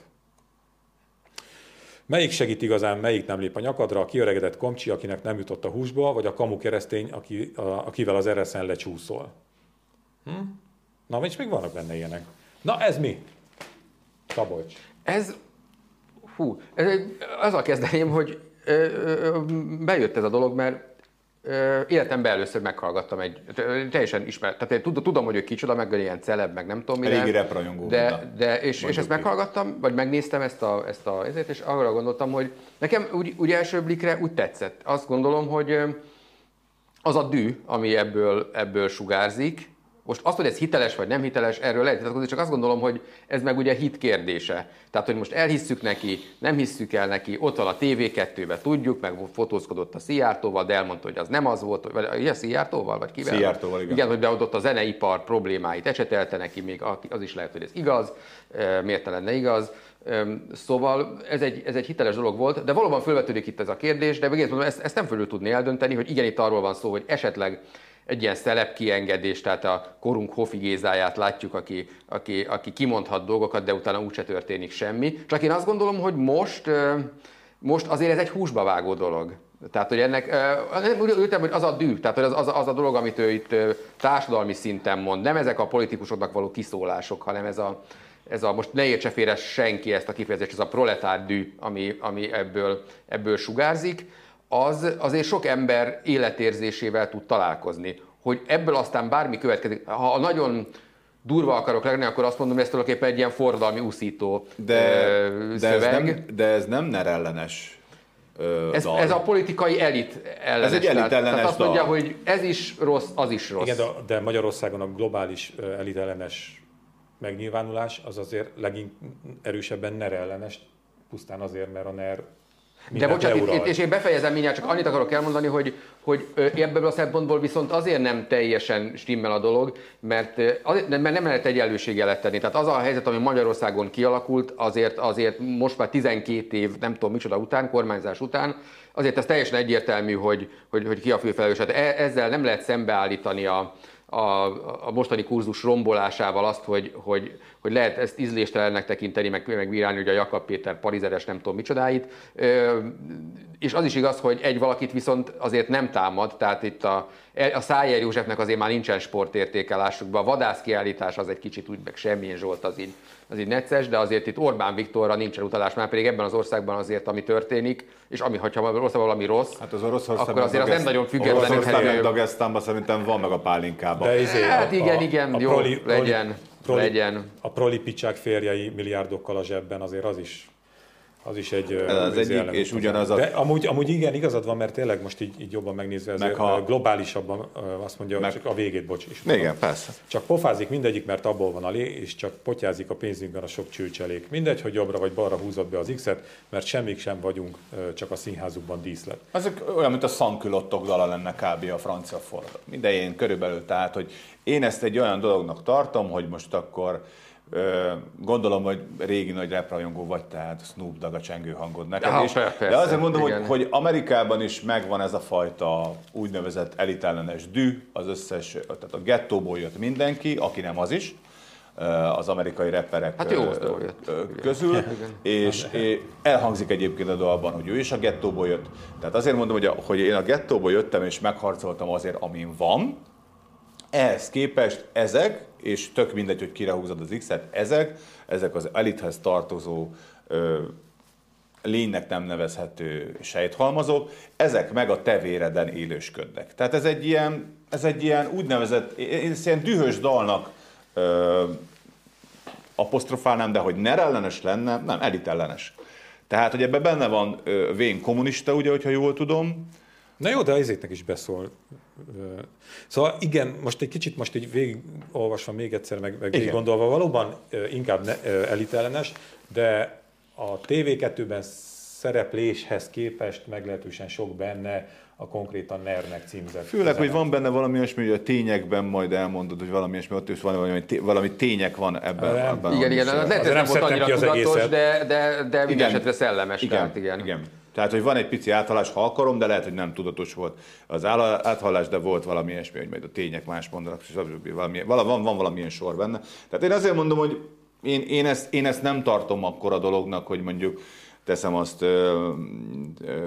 Melyik segít igazán, melyik nem lép a nyakadra, a kiöregedett komcsi, akinek nem jutott a húsba, vagy a kamu keresztény, aki, a, akivel az ereszen lecsúszol? Hm? Na, és még vannak benne ilyenek. Na, ez mi? Szabolcs. Ez, hú, ez egy, azzal kezdeném, hogy ö, ö, bejött ez a dolog, mert ö, életemben először meghallgattam egy, teljesen ismert, tehát én tudom, hogy ő kicsoda, meg ilyen celeb, meg nem tudom mi. Régi reprajongó. De, de és, és ezt meghallgattam, vagy megnéztem ezt a, ezt a ezért, és arra gondoltam, hogy nekem úgy, úgy első blikre úgy tetszett. Azt gondolom, hogy az a dű, ami ebből, ebből sugárzik. Most azt, hogy ez hiteles vagy nem hiteles, erről lehet vitatkozni, csak azt gondolom, hogy ez meg ugye hit kérdése. Tehát, hogy most elhisszük neki, nem hisszük el neki, ott van a té vé kettőben, tudjuk, meg fotózkodott a Szijjártóval, de elmondta, hogy az nem az volt, vagy ilyen Szijjártóval, vagy kivel? Szijjártóval, igen. Igen, hogy beadott a zeneipar problémáit, ecsetelte neki, még az is lehet, hogy ez igaz, miért lenne igaz. Szóval ez egy, ez egy hiteles dolog volt, de valóban felvetődik itt ez a kérdés, de még mondom, ezt, ezt nem fölül tudni eldönteni, hogy igen, itt arról van szó, hogy esetleg egy ilyen szelep kiengedés, tehát a korunk Hofi Gézáját látjuk, aki, aki, aki kimondhat dolgokat, de utána úgyse történik semmi. Csak én azt gondolom, hogy most, most azért ez egy húsba vágó dolog. Tehát, hogy ennek, úgy ültem, hogy az a dű, tehát hogy az, az, az a dolog, amit ő itt társadalmi szinten mond, nem ezek a politikusoknak való kiszólások, hanem ez a, ez a most ne értse félre senki ezt a kifejezést, ez a proletár dű, ami, ami ebből, ebből sugárzik, az azért sok ember életérzésével tud találkozni. Hogy ebből aztán bármi következik, ha nagyon durva akarok lenni, akkor azt mondom, hogy ez tulajdonképpen egy ilyen forradalmi úszító de, ö, de szöveg. Ez nem, de ez nem ner ellenes Ez, ez a politikai elit ellenes. Ez egy elit ellenes tehát azt mondja, hogy ez is rossz, az is rossz. Igen, de, de Magyarországon a globális elit ellenes megnyilvánulás az azért legerősebben NER ellenes, pusztán azért, mert a NER De bocsánat, itt, és én befejezem mindjárt, csak annyit akarok elmondani, hogy, hogy ebből a szempontból viszont azért nem teljesen stimmel a dolog, mert, azért, mert nem lehet egyenlőséggel tenni. Tehát az a helyzet, ami Magyarországon kialakult, azért, azért most már tizenkét év, nem tudom micsoda után, kormányzás után, azért ez teljesen egyértelmű, hogy, hogy, hogy ki a főfelelős. Hát ezzel nem lehet szembeállítani a, a, a mostani kurzus rombolásával azt, hogy, hogy, hogy lehet ezt ízléstelennek tekinteni, meg, meg bírálni, hogy a Jakab Péter parizeres nem tudom micsodáit. És az is igaz, hogy egy valakit viszont azért nem támad, tehát itt a, a Szájer Józsefnek azért már nincsen sportértéke, lássuk be, a vadászkiállítás az egy kicsit úgy, meg semmilyen Zsolt az így, az így necces, de azért itt Orbán Viktorra nincsen utalás, már pedig ebben az országban azért, ami történik, és ami, ha Magyarországon valami rossz, hát az orosz akkor azért az nem nagyon függetlenül. Dagesztánban szerintem van meg a pálinkában. De izé, hát a, igen, a, igen, a jó, proli, legyen, proli, legyen. A prolipicsák férjei milliárdokkal a zsebben, azért az is, az is egy... Ez az egyik, és ugyanaz a... De amúgy, amúgy igen, igazad van, mert tényleg most így, így jobban megnézve, ezért ha... globálisabban azt mondja, meg... csak a végét, bocs is. Igen, mondom. Persze. Csak pofázik mindegyik, mert abból van a lé, és csak potyázik a pénzünkben a sok csülcselék. Mindegy, hogy jobbra vagy balra húzott be az X-et, mert semmik sem vagyunk, csak a színházukban díszlet. Ezek olyan, mint a szankülottok dala lenne kb. A francia forradalom. Idején körülbelül, tehát, hogy én ezt egy olyan dolognak tartom, hogy most akkor gondolom, hogy régi nagy reprajongó vagy, tehát Snoop Dogg a csengő hangod neked ja, is. Persze, de azért mondom, hogy, hogy Amerikában is megvan ez a fajta úgynevezett elitellenes dű, az összes, tehát a gettóból jött mindenki, aki nem az is, az amerikai rapperek hát jó, közül, és, és elhangzik egyébként a dalban, hogy ő is a gettóból jött. Tehát azért mondom, hogy, a, hogy én a gettóból jöttem, és megharcoltam azért, amin van. Ehhez képest ezek, és tök mindegy, hogy kire húzod az X-et, ezek, ezek az elithez tartozó, ö, lénynek nem nevezhető sejthalmazok, ezek meg a te véreden élősködnek. Tehát ez egy ilyen, ez egy ilyen úgynevezett, ez ilyen dühös dalnak ö, apostrofálnám, de hogy NER ellenes lenne, nem, elit ellenes. Tehát, hogy ebben benne van ö, vén kommunista, ugye, hogyha jól tudom. Na jó, de ezéknek is beszól. Szóval igen, most egy kicsit most így végigolvasva még egyszer, meg, meg végig gondolva, valóban inkább elitellenes, de a té vé kettőben szerepléshez képest meglehetősen sok benne a konkrétan NER-nek címzett. Főleg, hogy van benne valami olyasmi, hogy a tényekben majd elmondod, hogy valami olyasmi, ott is van valami, valami tények van ebben. Nem, ebben igen, igen, nem, nem, nem volt annyira tudatos, de, de, de minden esetre szellemes. Igen, tehát, igen. igen. Tehát, hogy van egy pici áthallás, ha akarom, de lehet, hogy nem tudatos volt az áthallás, de volt valami ilyesmi, hogy majd a tények más mondanak, és valami, van, van valamilyen sor benne. Tehát én azért mondom, hogy én, én, ezt, én ezt nem tartom akkora dolognak, hogy mondjuk teszem azt, ö, ö,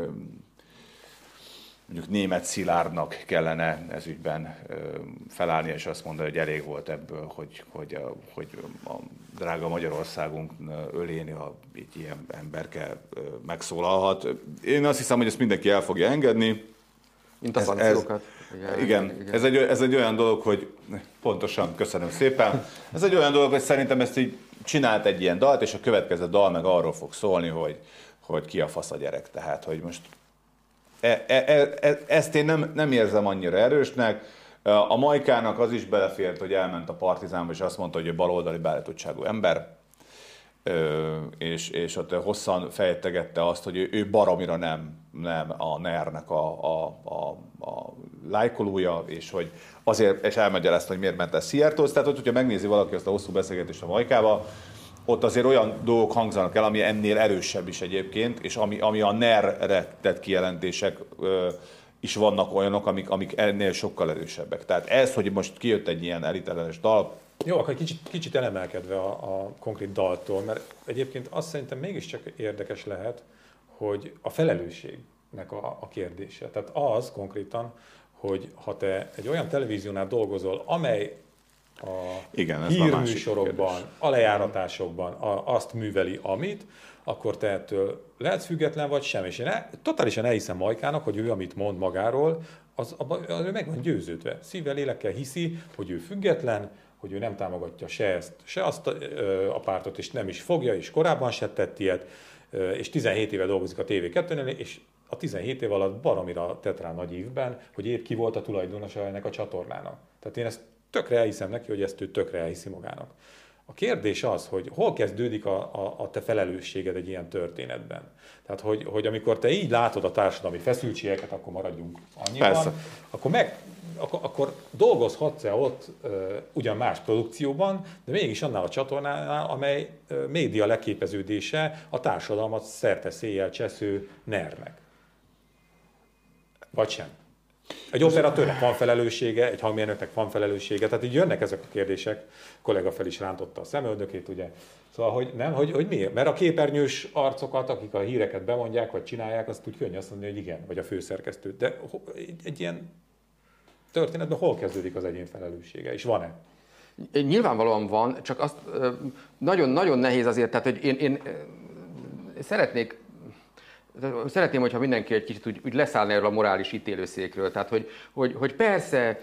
mondjuk Németh Szilárdnak kellene ezügyben felállni, és azt mondani, hogy elég volt ebből, hogy, hogy, a, hogy a drága Magyarországunk ölén a, egy ilyen emberke megszólalhat. Én azt hiszem, hogy ezt mindenki el fogja engedni. Mint a szankciókat. Igen, igen, igen. Ez, egy, ez egy olyan dolog, hogy pontosan, köszönöm szépen. Ez egy olyan dolog, hogy szerintem ezt így csinált egy ilyen dalt, és a következő dal meg arról fog szólni, hogy, hogy ki a fasz a gyerek. Tehát, hogy most E, e, e, ezt én nem, nem érzem annyira erősnek. A Majkának az is belefért, hogy elment a Partizánba, és azt mondta, hogy ő baloldali beállítottságú ember, és, és ott hosszan fejtegette azt, hogy ő, ő baromira nem, nem a NER-nek a, a, a, a lájkolója, és hogy azért, és elmagyarázta, hogy miért ment el Szijjártóhoz. Tehát, hogyha megnézi valaki azt a hosszú beszélgetést a Majkával, ott azért olyan dolgok hangzanak el, ami ennél erősebb is egyébként, és ami, ami a NER-re tett kijelentések ö, is vannak olyanok, amik, amik ennél sokkal erősebbek. Tehát ez, hogy most kijött egy ilyen elitellenes dal. Jó, akkor kicsit, kicsit elemelkedve a, a konkrét daltól, mert egyébként azt szerintem mégiscsak érdekes lehet, hogy a felelősségnek a, a kérdése. Tehát az konkrétan, hogy ha te egy olyan televíziónál dolgozol, amely a Igen, hírműsorokban, a lejáratásokban a, azt műveli, amit, akkor te ettől lehetsz független, vagy sem. És én el, totálisan elhiszem Majkának, hogy ő, amit mond magáról, az, az, az ő meg van győződve. Szívvel, lélekkel hiszi, hogy ő független, hogy ő nem támogatja se ezt, se azt a, a pártot, és nem is fogja, és korábban se tett ilyet, és tizenhét éve dolgozik a té vé kettőnél, és a tizenhét év alatt baromira tett rá nagy ívben, hogy épp ki volt a tulajdonosa ennek a csatornának. Tehát én ezt tökre elhiszem neki, hogy ezt ő tökre elhiszi magának. A kérdés az, hogy hol kezdődik a, a, a te felelősséged egy ilyen történetben. Tehát, hogy, hogy amikor te így látod a társadalmi feszültségeket, akkor maradjunk annyiban, Persze. akkor, meg, akkor, akkor dolgozhatsz-e ott uh, ugyan más produkcióban, de mégis annál a csatornánál, amely uh, média leképeződése a társadalmat szerte széjjel csesző nernek. Vagy sem. Egy operatőrnek van felelőssége, egy hangmérnöknek van felelőssége, tehát így jönnek ezek a kérdések, a kollega fel is rántotta a szemöldökét, ugye. Szóval, hogy nem, hogy, hogy miért? Mert a képernyős arcokat, akik a híreket bemondják, vagy csinálják, azt úgy könnyű azt mondani, hogy igen, vagy a főszerkesztő. De egy, egy ilyen történetben hol kezdődik az egyén felelőssége, és van-e? Nyilvánvalóan van, csak azt nagyon-nagyon nehéz azért, tehát hogy én, én szeretnék Szeretném, hogyha mindenki egy kicsit úgy, úgy leszállna erről a morális ítélőszékről. Tehát, hogy, hogy, hogy persze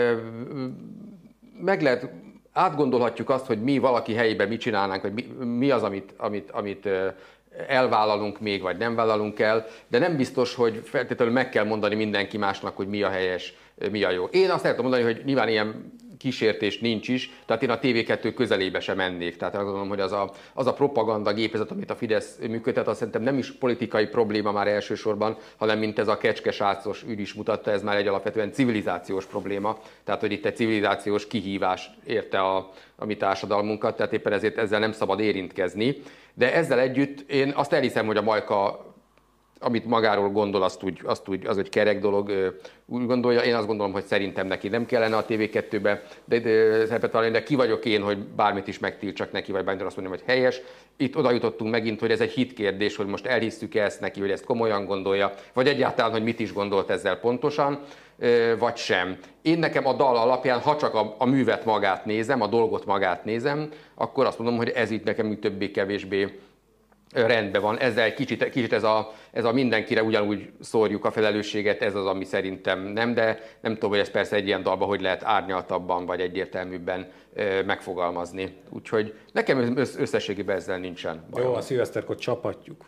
meg lehet, átgondolhatjuk azt, hogy mi valaki helyében mit csinálnánk, vagy mi, mi az, amit, amit, amit elvállalunk még, vagy nem vállalunk el, de nem biztos, hogy feltétlenül meg kell mondani mindenki másnak, hogy mi a helyes, mi a jó. Én azt szeretem mondani, hogy nyilván ilyen kísértés nincs is, tehát én a té vé kettő közelébe sem mennék. Tehát azt gondolom, hogy az a, az a propaganda gépezet, amit a Fidesz működtet, azt szerintem nem is politikai probléma már elsősorban, hanem mint ez a kecskesácos ügy is mutatta, ez már egy alapvetően civilizációs probléma. Tehát, hogy itt egy civilizációs kihívás érte a, a mi társadalmunkat, tehát éppen ezért ezzel nem szabad érintkezni. De ezzel együtt én azt elhiszem, hogy a Majka, amit magáról gondol, azt úgy, azt úgy, az egy kerek dolog, úgy gondolja. Én azt gondolom, hogy szerintem neki nem kellene a té vé kettőbe de, de, szerepet vállalni, de ki vagyok én, hogy bármit is megtiltsak neki, vagy bármit azt mondjam, hogy helyes. Itt oda jutottunk megint, hogy ez egy hitkérdés, hogy most elhisszük-e ezt neki, hogy ezt komolyan gondolja, vagy egyáltalán, hogy mit is gondolt ezzel pontosan, vagy sem. Én nekem a dal alapján, ha csak a, a művet magát nézem, a dolgot magát nézem, akkor azt mondom, hogy ez itt nekem többé-kevésbé rendben van. Ezzel kicsit, kicsit ez, a, ez a mindenkire ugyanúgy szórjuk a felelősséget, ez az, ami szerintem nem, de nem tudom, hogy ez persze egy ilyen dalban, hogy lehet árnyaltabban vagy egyértelműbben megfogalmazni. Úgyhogy nekem összességében ezzel nincsen bajom. Jó, a szilveszterkor csapatjuk.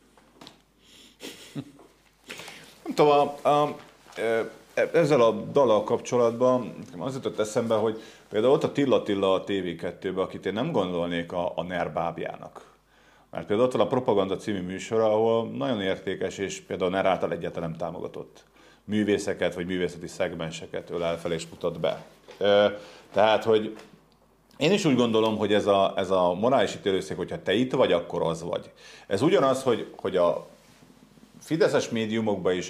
Nem tudom, a, a, ezzel a dallal kapcsolatban az jutott eszembe, hogy például ott a Tilla Tilla a té vé kettőben, akit én nem gondolnék a, a NER bábjának. Mert például ott van a Propaganda című műsor, ahol nagyon értékes és például NER által egyáltalán nem támogatott művészeket vagy művészeti szegmenseket ölel fel és mutat be. Tehát, hogy én is úgy gondolom, hogy ez a, ez a morális ítélőszék, hogyha te itt vagy, akkor az vagy. Ez ugyanaz, hogy, hogy a fideszes médiumokban is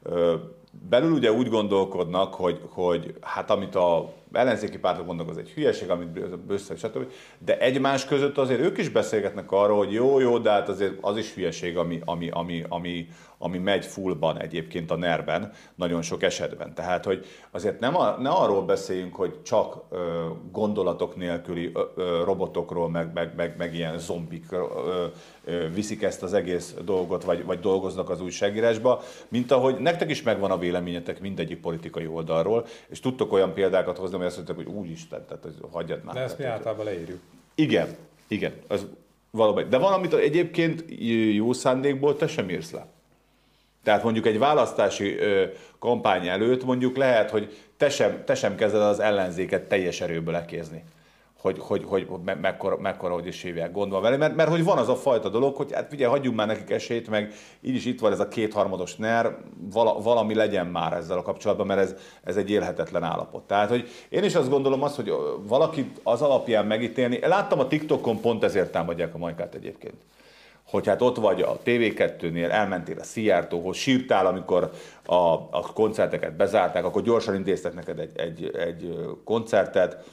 belül ugye úgy gondolkodnak, hogy, hogy hát amit a ellenzéki pártok mondnak, az egy hülyeség, amit bőszeg, stb. De egymás között azért ők is beszélgetnek arról, hogy jó, jó, de hát azért az is hülyeség, ami, ami, ami, ami, ami megy fullban egyébként a nerben, nagyon sok esetben. Tehát, hogy azért nem, a, ne arról beszéljünk, hogy csak ö, gondolatok nélküli ö, ö, robotokról, meg, meg, meg, meg ilyen zombik ö, ö, viszik ezt az egész dolgot, vagy, vagy dolgoznak az újságírásba, mint ahogy nektek is megvan a véleményetek mindegyik politikai oldalról, és tudtok olyan példákat hozni, hogy azt mondták, hogy úristen, tehát hagyjad már. De ezt mi általában leírjuk. Igen, igen, az valóban. De van, amit egyébként jó szándékból te sem írsz le. Tehát mondjuk egy választási ö, kampány előtt mondjuk lehet, hogy te sem, te sem kezded az ellenzéket teljes erőből lekézni. Hogy, hogy, hogy me, mekkora, mekkora, hogy is hívják, gondol vele, mert, mert hogy van az a fajta dolog, hogy hát ugye hagyjunk már nekik esélyt, meg így is itt van ez a kétharmados NER, vala, valami legyen már ezzel a kapcsolatban, mert ez, ez egy élhetetlen állapot. Tehát, hogy én is azt gondolom azt, hogy valaki az alapján megítélni, láttam a TikTokon, pont ezért támadják a Majkát egyébként. Hogy hát ott vagy a té vé kettőnél, elmentél a Szijjártóhoz, sírtál, amikor a, a koncerteket bezárták, akkor gyorsan intéztek neked egy, egy, egy koncertet,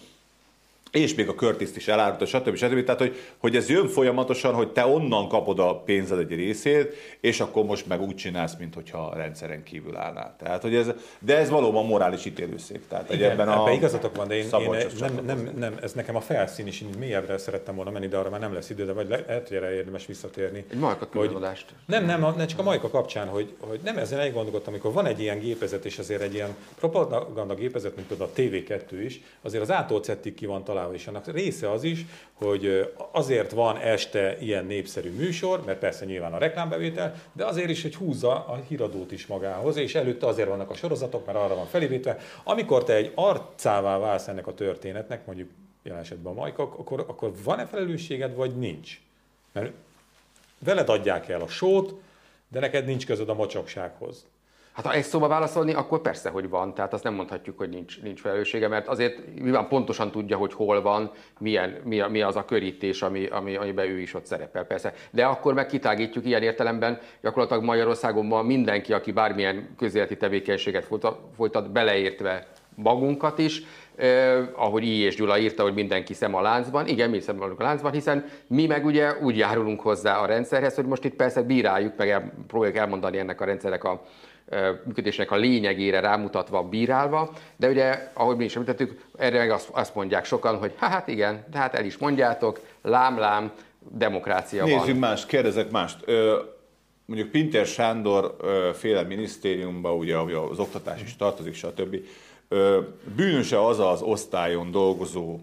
és még a Curtis-t is elárulta, stb. stb. Tehát, hogy, hogy ez jön folyamatosan, hogy te onnan kapod a pénzed egy részét, és akkor most meg úgy csinálsz, mintha a rendszeren kívül állnál. Tehát, hogy ez, de ez valóban morális ítélőszék. Tehát, igen, ebben, ebben igazatok van, de én, én nem, nem, nem, ez nekem a felszín is, így mélyebbre szerettem volna menni, de arra már nem lesz idő, de vagy lehet, hogy erre érdemes visszatérni. Egy Majka különadást. Nem, nem, nem, csak a Majka kapcsán, hogy, hogy nem ezen elgondolkodtam, amikor van egy ilyen gépezet, és azért egy ilyen propaganda gépezet, mint például a té vé kettő is, azért az ától cettig ki van találva találva, és annak része az is, hogy azért van este ilyen népszerű műsor, mert persze nyilván a reklámbevétel, de azért is, hogy húzza a híradót is magához, és előtte azért vannak a sorozatok, mert arra van felépítve. Amikor te egy arcává válsz ennek a történetnek, mondjuk jelen esetben a Majka, akkor, akkor van-e felelősséged, vagy nincs? Mert veled adják el a sót, de neked nincs közöd a mocsoksághoz. Hát ha egy szóba válaszolni, akkor persze, hogy van. Tehát azt nem mondhatjuk, hogy nincs, nincs felelőssége, mert azért nyilván pontosan tudja, hogy hol van, milyen, mi, mi az a körítés, ami, ami, amiben ő is ott szerepel, persze. De akkor meg kitágítjuk ilyen értelemben, gyakorlatilag Magyarországon ma mindenki, aki bármilyen közéleti tevékenységet folytat, folytat beleértve magunkat is, Eh, ahogy I. és Gyula írta, hogy mindenki szem a láncban. Igen, mi szem a láncban, hiszen mi meg ugye úgy járulunk hozzá a rendszerhez, hogy most itt persze bíráljuk, meg el, próbáljuk elmondani ennek a rendszernek a eh, működésnek a lényegére rámutatva, bírálva, de ugye, ahogy mi is említettük, erre meg azt, azt mondják sokan, hogy hát igen, de hát el is mondjátok, lám-lám, demokrácia Nézzük van. Nézzük mást, kérdezek mást. Ö, mondjuk Pintér Sándor ö, féle minisztériumban, ugye az oktatás is tartozik, stb. Bűnöse az az osztályon dolgozó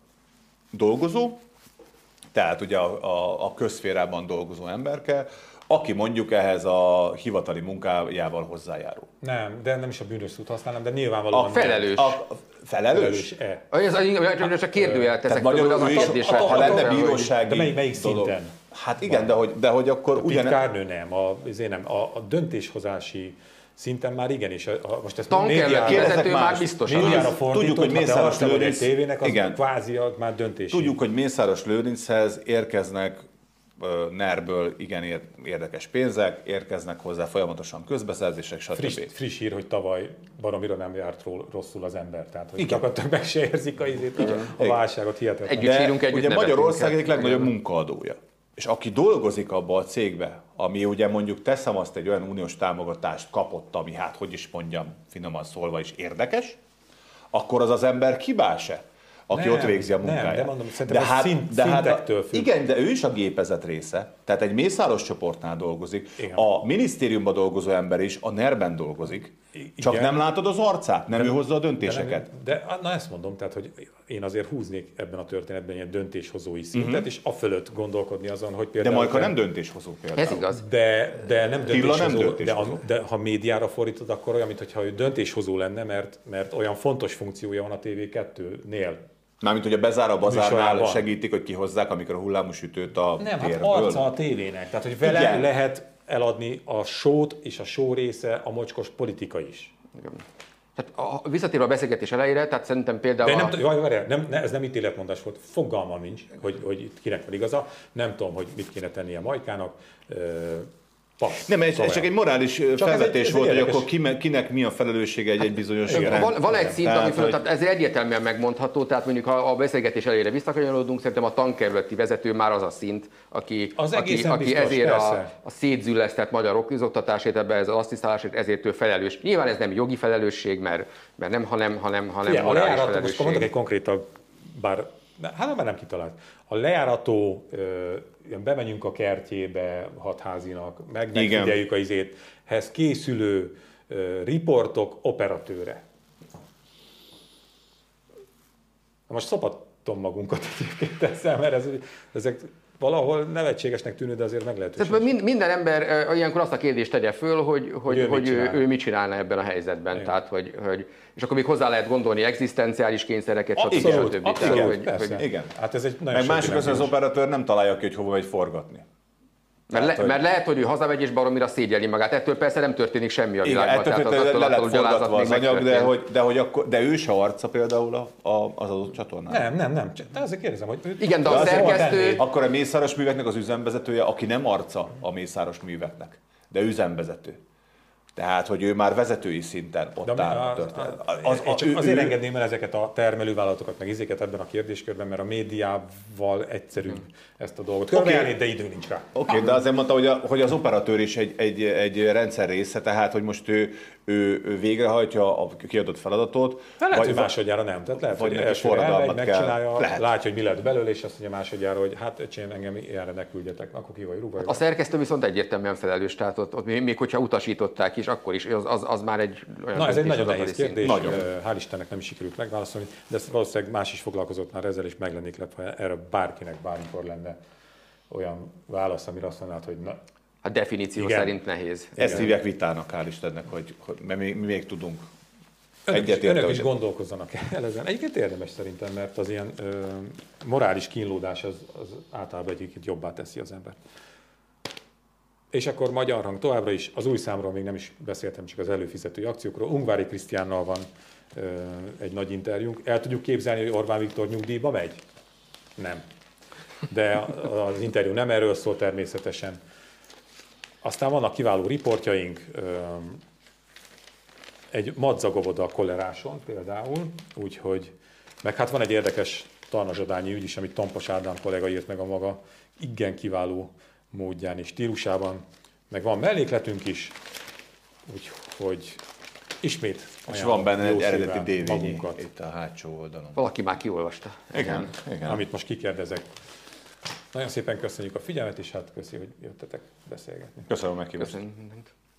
dolgozó, tehát ugye a, a, a közszférában dolgozó emberke, aki mondjuk ehhez a hivatali munkájával hozzájárul. Nem, de nem is a bűnös szót használom, de nyilvánvalóan... A felelős. A, a felelős? felelős-e? Ez a, a kérdőjel teszek föl, hogy az a kérdés. Ha lenne bírósági... De melyik, melyik dolog. szinten? Hát igen, de hogy, de hogy akkor a ugyan... titkárnő nem, a, nem, a, a döntéshozási szinten már igenis. A, most ezt tankerületi vezető már biztosan. Médiára fordított, tudjuk, hogy Mészáros ha te Lőrinc, egy tévének, az igen. kvázi már döntés. Tudjuk, hogy Mészáros Lőrinchez érkeznek nerből igen érdekes pénzek, érkeznek hozzá folyamatosan közbeszerzések, stb. Friss, friss hír, hogy tavaly baromira nem járt rosszul az ember. Tehát, hogy gyakorlatilag meg se érzik a, a, a válságot, hihetetlen. Együtt sírunk, együtt ugye nevetünk. Magyarország egyik legnagyobb munkaadója. És aki dolgozik abba a cégbe, ami ugye mondjuk teszem azt egy olyan uniós támogatást kapott, ami hát hogy is mondjam, finoman szólva is érdekes, akkor az az ember kibáse, aki nem, ott végzi a munkáját. Nem, de mondom, szerintem de hát, szint, de szintektől hát, függ. Igen, de ő is a gépezet része. Tehát egy Mészáros csoportnál dolgozik, igen. A minisztériumban dolgozó ember is a nerben dolgozik, igen. Csak nem látod az arcát, nem de, ő hozza a döntéseket. De, de na ezt mondom, tehát, hogy én azért húznék ebben a történetben ilyen döntéshozói szintet, uh-huh. és afölött gondolkodni azon, hogy például... De Majka nem döntéshozó például. Ez igaz. De, de nem döntéshozó, nem döntéshozó. De, a, de ha médiára fordítod, akkor olyan, mintha ő döntéshozó lenne, mert, mert olyan fontos funkciója van a té vé kettőnél. Mármint, hogy a bezár a bazárnál segítik, hogy kihozzák, amikor a hullámosütőt a Nem, térből. hát arca a tévének. Tehát, hogy vele igen. lehet eladni a sót, és a só része a mocskos politika is. Igen. Tehát a, visszatérve a beszélgetés elejére, tehát szerintem például... De a... nem, várj, várj, nem, ne, ez nem ítéletmondás volt, fogalmam nincs, hogy, hogy itt kinek van igaza, nem tudom, hogy mit kéne tennie a Majkának. Passz, nem, ez, ez csak egy morális csak felvetés egy, volt, hogy érdekes. akkor kinek mi a felelőssége egy, egy bizonyos hát, rend. Van, van egy szint, tehát, ami föl, hogy... tehát ez egyértelműen megmondható, tehát mondjuk ha a beszélgetés elejére visszakanyarodunk, szerintem a tankerületi vezető már az a szint, aki, az aki, aki biztos, ezért a, a szétzüllesztett magyar közoktatásért, ebbe ez az asszisztálásért, ezért ő felelős. Nyilván ez nem jogi felelősség, mert, mert nem, hanem, hanem, hanem Ugye, morális lejárató, felelősség. most mondok egy konkrétabb, bár hát már nem kitalált. A lejárató, bemegyünk a kertjébe hatházinak, meg megfigyeljük a izét, hez készülő riportok operatőre. Most szopatom magunkat egyébként ezzel, mert ez, ezek valahol nevetségesnek tűnő, de azért meglehetős. Tehát mind, minden ember uh, ilyenkor azt a kérdést tegye föl, hogy, hogy, ő, hogy mit ő, ő mit csinálna ebben a helyzetben. Igen. Tehát, hogy, hogy, és akkor még hozzá lehet gondolni egzisztenciális kényszereket, stb. Abszolút, stb. abszolút, Tehát, hogy, persze. hogy, igen. Hát ez egy nagyon meg másik az, az operatőr nem találja ki, hogy hova megy forgatni. Mert, le, hogy... mert lehet, hogy ő hazamegy és baromira szégyelli magát. Ettől persze nem történik semmi a világban. Igen, ettől, tehát le lett forgatva az anyag, de, hogy, de, hogy akkor, de ő se arca például a, a, az adott csatornán. Nem, nem, nem. De azért kérdezem, hogy... Igen, de a szerkesztő... Akkor a Mészáros műveknek az üzemvezetője, aki nem arca a Mészáros műveknek, de üzemvezető. Tehát, hogy ő már vezetői szinten ott de áll a, a történet. Az, az, ő, azért ő... engedném el ezeket a termelővállalatokat, meg izéket ebben a kérdéskörben, mert a médiával egyszerűbb hmm. ezt a dolgot körbeállni, okay. de idő nincs rá. Oké, okay, de azért mondta, hogy, a, hogy az operatőr is egy, egy, egy rendszer része, tehát, hogy most ő, ő, ő végrehajtja a kiadott feladatot. De lehet, vagy, hogy másodjára nem. Tehát lehet, vagy hogy neki elsőre elmegy, forradalmat kell. megcsinálja, Lehet. látja, hogy mi lett belőle, és azt mondja másodjára, hogy hát öcsém, engem ilyenre ne küldjetek, akkor ki vagy rúgva. A szerkesztő viszont egyértelműen felelős, tehát ott, ott még, még hogyha utasították is, akkor is, az, az, az már egy olyan... Na, ez egy nagyon döntés, nehéz kérdés, Nagyon. hál' Istennek nem is sikerült megválaszolni, de valószínűleg más is foglalkozott már ezzel, és meg lennék lepve, ha erre bárkinek bármikor lenne olyan válasz, amire azt mondanád, hogy na, A definíció Igen. szerint nehéz. Ezt hívják vitának, hál' Istennek, hogy, hogy mert mi, mi még tudunk. önök, is, Egyetérte, önök is hogy- gondolkozzanak el ezen. Egyébként érdemes szerintem, mert az ilyen ö, morális kínlódás az, az általában egyébként jobbá teszi az embert. És akkor Magyar Hang továbbra is, az új számról még nem is beszéltem, csak az előfizetői akciókról. Ungvári Krisztiánnal van ö, egy nagy interjúnk. El tudjuk képzelni, hogy Orbán Viktor nyugdíjba megy? Nem. De az interjú nem erről szól természetesen. Aztán vannak kiváló riportjaink, ö, egy madzagoboda a koleráson például, úgyhogy, meg hát van egy érdekes Tarnazsadányi ügy is, amit Tompas Ádám kollega írt meg a maga igen kiváló módján és stílusában, meg van mellékletünk is, úgyhogy ismét És van benne egy jó eredeti szívvel dé vé dé magunkat, itt a hátsó oldalon. Valaki már kiolvasta. Igen, igen. amit most kikérdezek. Nagyon szépen köszönjük a figyelmet, és hát köszi, hogy jöttetek beszélgetni. Köszönöm a meghívást. Köszönjük mindent.